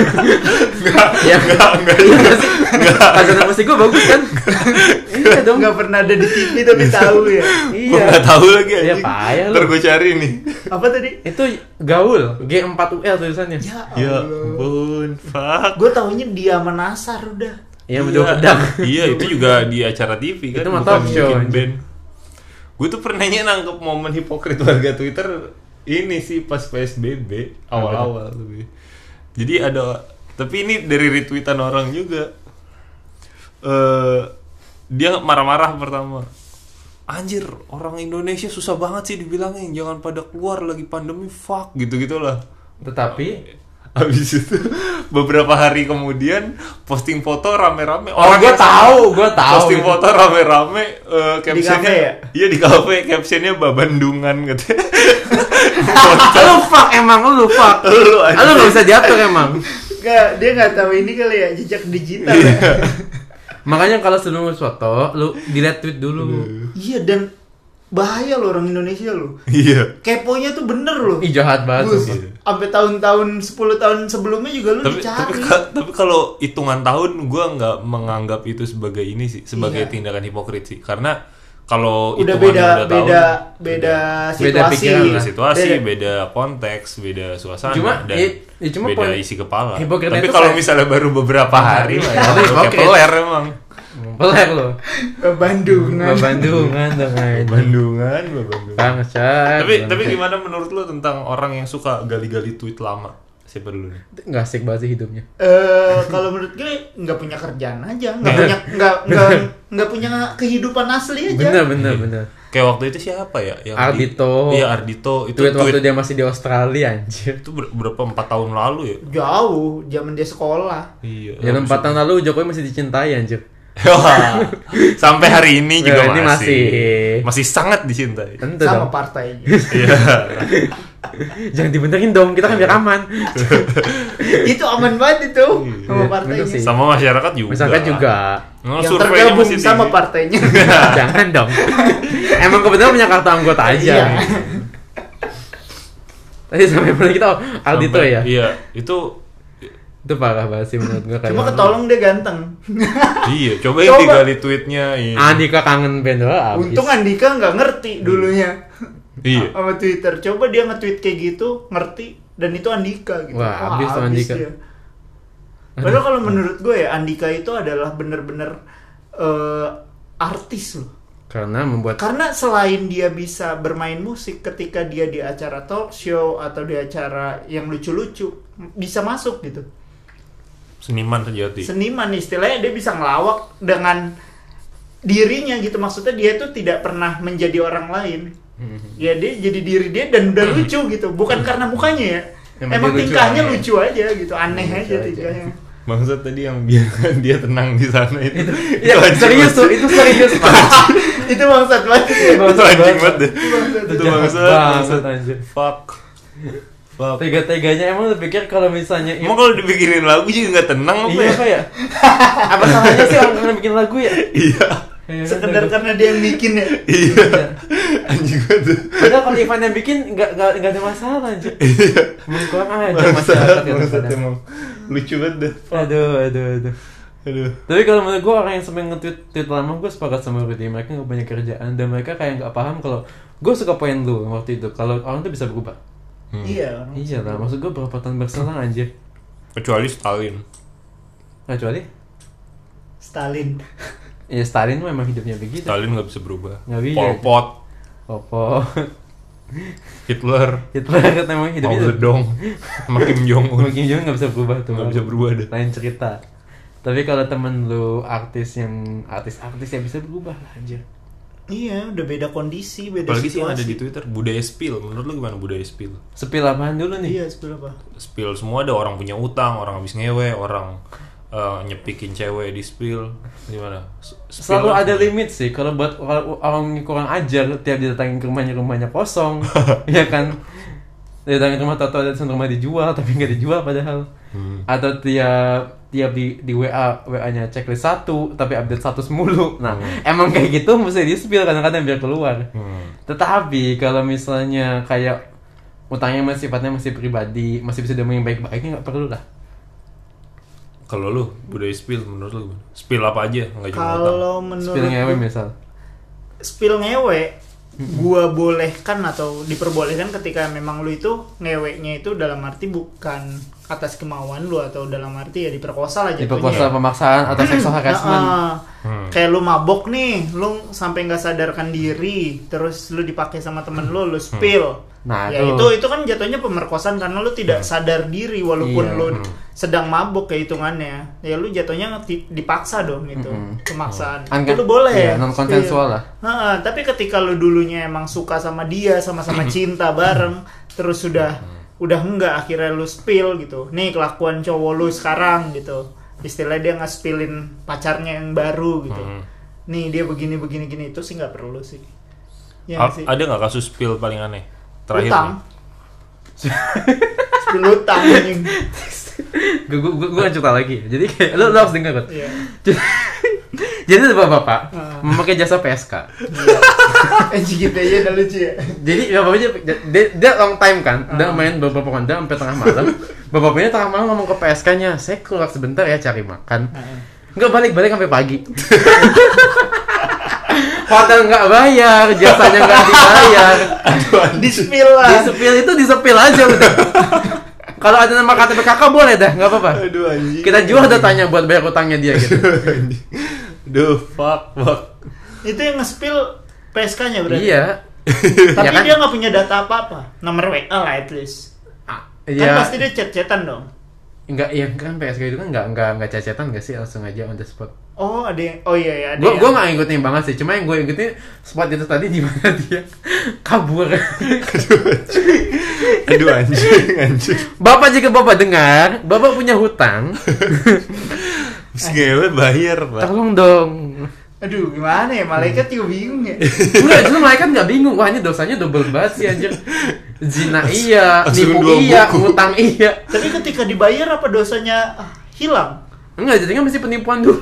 Enggak. Kasana musik gue bagus kan?
Iya dong. Nggak pernah ada di TV tapi tahu ya.
Gue nggak tahu lagi anjing.
Ya payah lu.
Ntar gue cari nih.
Apa tadi?
Itu gaul, G4UL tulisannya.
Ya
ampun, fuck.
Gue taunya dia sama Nasar udah.
Iya, pedang.
Iya, itu juga di acara TV kan.
Itu mah talk show
band. Gue tuh pernah nangkep momen hipokrit warga Twitter ini sih pas PSBB awal-awal lebih. Jadi ada Tapi ini dari retweetan orang juga. Dia marah-marah pertama. Anjir, orang Indonesia susah banget sih dibilangin jangan pada keluar lagi pandemi, fuck gitu-gitulah.
Tetapi
habis itu beberapa hari kemudian posting foto rame-rame.
Gue tahu.
Posting foto rame-rame, captionnya
ya?
Iya di kafe, captionnya babandungan katanya.
Lu fuck emang lu fuck. Lu nggak bisa diatur emang.
Nggak, dia nggak tahu ini kali ya, jejak digital.
Makanya kalau sebelum foto, lu delete tweet dulu.
Iya, dan bahaya loh orang Indonesia loh.
Iya.
Keponya tuh bener loh.
Ih, jahat banget.
Sampai tahun-tahun 10 tahun sebelumnya juga lu dicari.
Tapi kalau hitungan tahun gue nggak menganggap itu sebagai ini sih, sebagai tindakan hipokrit sih. Karena kalau
udah beda situasi,
beda konteks, beda suasana,
cuma
beda isi kepala.
Tapi
kalau misalnya baru beberapa hari lah ya, kayak peler emang.
Peler lo.
Bandungan
Bangsat.
Tapi gimana menurut lo tentang orang yang suka gali-gali tweet lama? Siapa dulu nih?
Nggak asik banget sih hidupnya.
Kalau menurut gue nggak punya kerjaan aja, nggak punya kehidupan asli aja.
Bener.
Kayak waktu itu siapa ya? Yang
Ardito.
Iya Ardito. Itu
tweet waktu dia masih di Australia anjir.
Itu berapa 4 tahun lalu ya?
Jauh, zaman dia sekolah.
Iya.
Ya 4 tahun lalu Jokowi masih dicintai anjir.
Sampai hari ini juga
masih
sangat dicintai.
Tentu sama dong. Partainya.
Iya.
Jangan dibenerin dong, kita kan biar aman.
Itu aman banget itu sama partainya.
Sama masyarakat juga.
Yang tergabung sama partainya.
Jangan dong. Emang kebetulan punya kartu anggota aja.
Iya.
Tadi sampai mana kita Ardito ya?
Iya, itu
parah banget sih menurut gue.
Cuma ketolong dia ganteng.
Iya, coba digali tweetnya.
Andika kangen band abis.
Untung Andika nggak ngerti dulunya.
Iya.
Sama Twitter. Coba dia nge-tweet kayak gitu, ngerti, dan itu Andika gitu.
Wah, abis tuh Andika.
Ya. Padahal kalau menurut gue ya Andika itu adalah bener-bener artis loh. Karena selain dia bisa bermain musik ketika dia di acara talk show atau di acara yang lucu-lucu bisa masuk gitu.
Seniman sejati.
Seniman istilahnya, dia bisa ngelawak dengan dirinya gitu. Maksudnya dia tuh tidak pernah menjadi orang lain. Ya dia jadi diri dia dan udah lucu gitu. Bukan karena mukanya ya. Emang tingkahnya lucu aja gitu. Aneh aja tingkahnya.
Maksud tadi yang dia tenang di sana itu.
Ya, serius tuh, itu serius banget.
Itu bangsat banget.
Itu anjing banget deh. Itu bangsat anjir. Fuck.
Tega-teganya emang lu pikir kalau misalnya
emang kalau dipikirin lagu juga nggak tenang apa ya?
Iya ya? Apa salahnya sih orang bikin lagu ya?
Iya.
Sekedar karena dia yang bikin ya?
Iya. Anjing banget.
Padahal kalau Ivan yang bikin nggak ada masalah anjir.
Iya.
Kurang aja masyarakat
gitu. Emang lucu banget deh.
Aduh. Tapi kalau menurut gue orang yang sering nge-tweet lama, gue sepakat sama Rudy. Mereka nggak banyak kerjaan dan mereka kayak nggak paham kalau gue suka poin lu waktu itu. Kalau orang tuh bisa berubah.
Iya
lah, maksud gue berapa tahun berselang anjir.
Kecuali Stalin.
Ya Stalin memang hidupnya begitu.
Stalin nggak bisa berubah.
Pol
Pot. Hitler
memang hidupnya.
Mao Zedong. sama Kim Jong Un
nggak bisa berubah tuh.
Nggak bisa berubah deh.
Lain cerita. Tapi kalau temen lu artis yang bisa berubah lah anjir.
Iya, udah beda kondisi, beda
apalagi
situasi.
Apalagi sih ada di Twitter, budaya spill. Menurut lu gimana budaya spill?
Spill apaan dulu nih?
Iya, spill apa?
Spill semua, ada orang punya utang, orang habis ngewe, orang nyepikin cewek di spill. Gimana?
Selalu ada limit sih. Kalau buat orang kurang ajar, tiap didatangin ke rumahnya kosong. Ya kan? Didatangin ke rumah, tato ada rumah dijual, tapi nggak dijual padahal. Atau tiap di WA-nya checklist 1 tapi update status mulu. Nah, emang kayak gitu mesti di-spill kadang-kadang biar keluar. Tetapi kalau misalnya kayak utangnya sifatnya masih pribadi, masih bisa demi yang baik-baiknya nggak perlu lah.
Kalau lu budaya spill menurut lu gimana? Spill apa aja? Enggak cuma utang.
Kalau menurut
spill ngewe misal.
Spill ngewe gua bolehkan atau diperbolehkan ketika memang lu itu ngeweknya itu dalam arti bukan atas kemauan lu atau dalam arti ya diperkosa lah jatuhnya.
Diperkosa, pemaksaan atau sexual harassment.
Kayak lu mabok nih, lu sampai nggak sadarkan diri, terus lu dipakai sama temen lu spill.
Nah,
ya itu kan jatuhnya pemerkosaan karena lu tidak sadar diri walaupun lu sedang mabuk kehitungannya. Ya lu jatuhnya dipaksa dong itu. Pemaksaan. Itu lu boleh.
Non konsensual lah.
Tapi ketika lu dulunya emang suka sama dia, sama-sama cinta bareng, terus udah enggak akhirnya lu spill gitu. Nih kelakuan cowok lu sekarang gitu. Istilahnya dia nge-spillin pacarnya yang baru gitu. Nih dia begini itu sih nggak perlu sih. Ya,
ada nggak kasus spill paling aneh? Terakhir
utang. Spill utang anjing.
Gue cerita lagi. Jadi kayak lu harus dengar kan. Iya. Jadi ada bapak-bapak memakai jasa PSK.
Gitu aja udah lucu ya.
Jadi bapaknya dia long time kan, udah main beberapa ronde sampai tengah malam. Bapaknya tengah malam ngomong ke PSK-nya, saya keluar sebentar ya cari makan. Nggak balik sampai pagi. Hotel nggak bayar, jasanya nggak dibayar.
Di-spill lah.
Di-spill aja udah. Kalau ada nama KTP kakak boleh dah, nggak apa-apa.
Aduh anjing.
Kita jual datanya buat bayar utangnya dia gitu.
Duh, fuck.
Itu yang nge-spill PSK-nya berarti?
Iya.
Tapi
ya kan?
dia nggak punya data apa-apa. Nomor WA lah at least. Kan pasti dia chat-chatan dong.
Enggak, ya kan PSK itu kan enggak chat-chatan enggak sih, langsung aja on the spot.
Oh, ada yang iya ada.
Gue enggak ngikutin banget sih, cuma yang gue ikutin spot itu tadi di mana dia kabur.
Aduh anjing.
Bapak jika Bapak dengar, Bapak punya hutang.
Ngewe bayar, Pak.
Tolong dong.
Aduh, gimana ya? Malaikat juga bingung ya.
Enggak, justru malaikat enggak bingung. Wah, ini dosanya double banget sih anjir. Zina iya, nipu iya, ngutang iya.
Tapi ketika dibayar apa dosanya hilang?
Enggak, jadinya mesti penipuan dulu.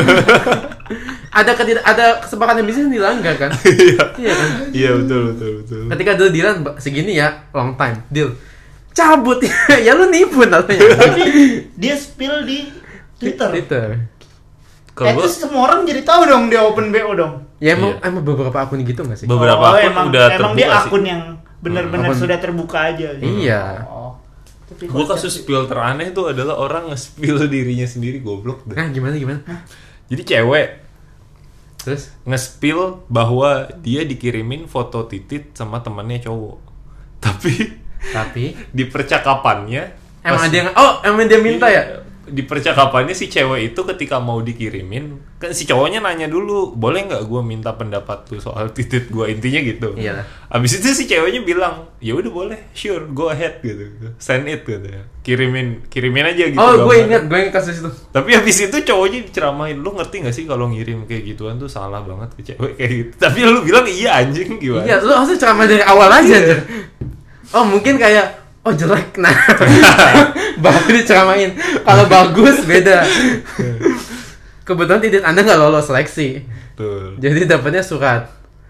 ada kesepakatan bisnis yang dilanggar kan? Iya kan?
Iya, betul.
Ketika deal dealan segini ya, long time deal. Cabut ya lu nipu namanya.
Tapi dia spill di Twitter. Kalau semua orang jadi tahu dong dia open BO dong.
Ya emang beberapa akun gitu nggak sih?
Beberapa akun udah terbuka.
Emang dia akun yang benar-benar sudah terbuka aja.
Gitu. Iya.
Gue kasus spill teraneh itu adalah orang nge-spill dirinya sendiri, goblok.
Nah, gimana?
Jadi cewek
terus
nge-spill bahwa dia dikirimin foto titit sama temannya cowok. Tapi di percakapannya
emang dia minta ya?
Di percakapannya si cewek itu ketika mau dikirimin, kan si cowoknya nanya dulu, boleh nggak gue minta pendapat tuh soal titit gue, intinya gitu.
Iya.
Abis itu si ceweknya bilang, ya udah boleh, sure, go ahead gitu, send it gitu ya, kirimin aja gitu.
Oh, gue ingat kasus itu.
Tapi abis itu cowoknya diceramain, lu ngerti nggak sih kalau ngirim kayak gituan tuh salah banget ke cewek kayak gitu. Tapi lu bilang iya anjing, gimana?
Iya, lu harusnya ceramah dari awal aja. Oh, mungkin kayak jelek, nah baru diceramain. Kalau bagus beda. Kebetulan titik Anda nggak lolos seleksi.
Betul.
Jadi dapatnya surat.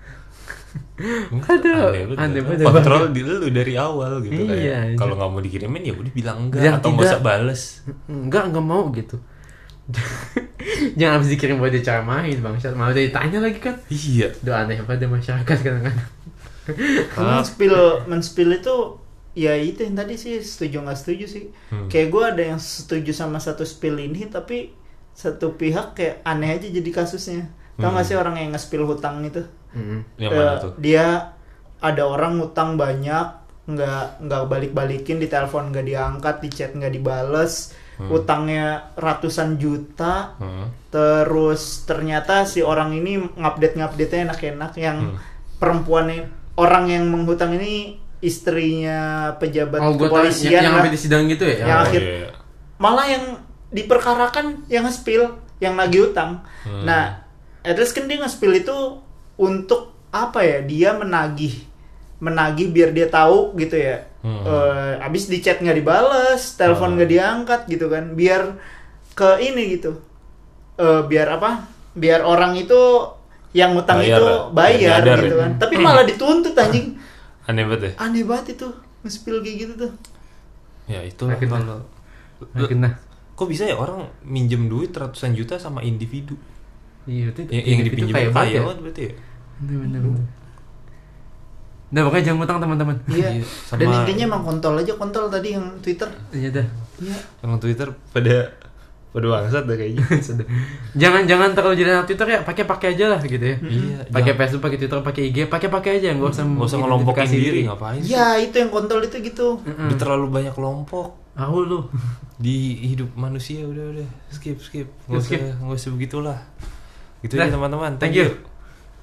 Aneh banget. Kontrol di lu dari awal gitu.
Iya,
kayak kalau nggak mau dikirimin ya udah bilang enggak atau nggak usah bales.
Enggak mau gitu. Jangan habis dikirim buat diceramain bangsat, malah ditanya lagi kan.
Iya.
Udah aneh pada masyarakat kadang-kadang.
Men-spill itu ya itu yang tadi sih setuju nggak setuju sih. Kayak gue ada yang setuju sama satu spill ini, tapi satu pihak kayak aneh aja jadi kasusnya. Tau nggak sih orang yang nge-spill hutang itu?
Yang mana tuh?
Dia ada orang ngutang banyak, nggak balik-balikin, di telepon nggak diangkat, di chat nggak dibales, utangnya ratusan juta. Terus ternyata si orang ini ngupdate-nya enak-enak, yang perempuannya, orang yang menghutang ini istrinya pejabat kepolisian
yang sampai di sidang gitu ya?
Yang malah yang diperkarakan yang nge-spill, yang nagih utang. Nah, at least kan dia nge-spill itu untuk apa ya? Dia menagih biar dia tahu gitu ya. Abis di chat nggak dibales, telepon nggak diangkat gitu kan? Biar ke ini gitu. Biar apa? Biar orang itu yang ngutang itu bayar gitu kan. Tapi malah dituntut anjing.
Aneh banget ya?
Aneh banget itu, nge-spill kayak gitu tuh.
Ya itu kalau kok bisa ya orang minjem duit ratusan juta sama individu?
Iya, itu
yang dipinjam kaya banget berarti ya?
Bener. Nah, pokoknya jangan ngutang teman-teman.
Iya. Dan intinya emang kontol tadi yang Twitter.
Iya dah.
Iya.
Yang Twitter Waduh bangsat deh kayaknya.
Jangan terlalu jadi anak Twitter ya, pakai aja lah gitu ya.
Iya.
Pakai Facebook, pakai Twitter, pakai IG, pakai aja, nggak usah
ngelompokin diri, ngapain sih?
Ya itu yang kontol itu gitu.
Udah terlalu banyak kelompok.
Lu
Di hidup manusia udah skip. Nggak usah begitulah. Gitu ya teman-teman.
Thank you.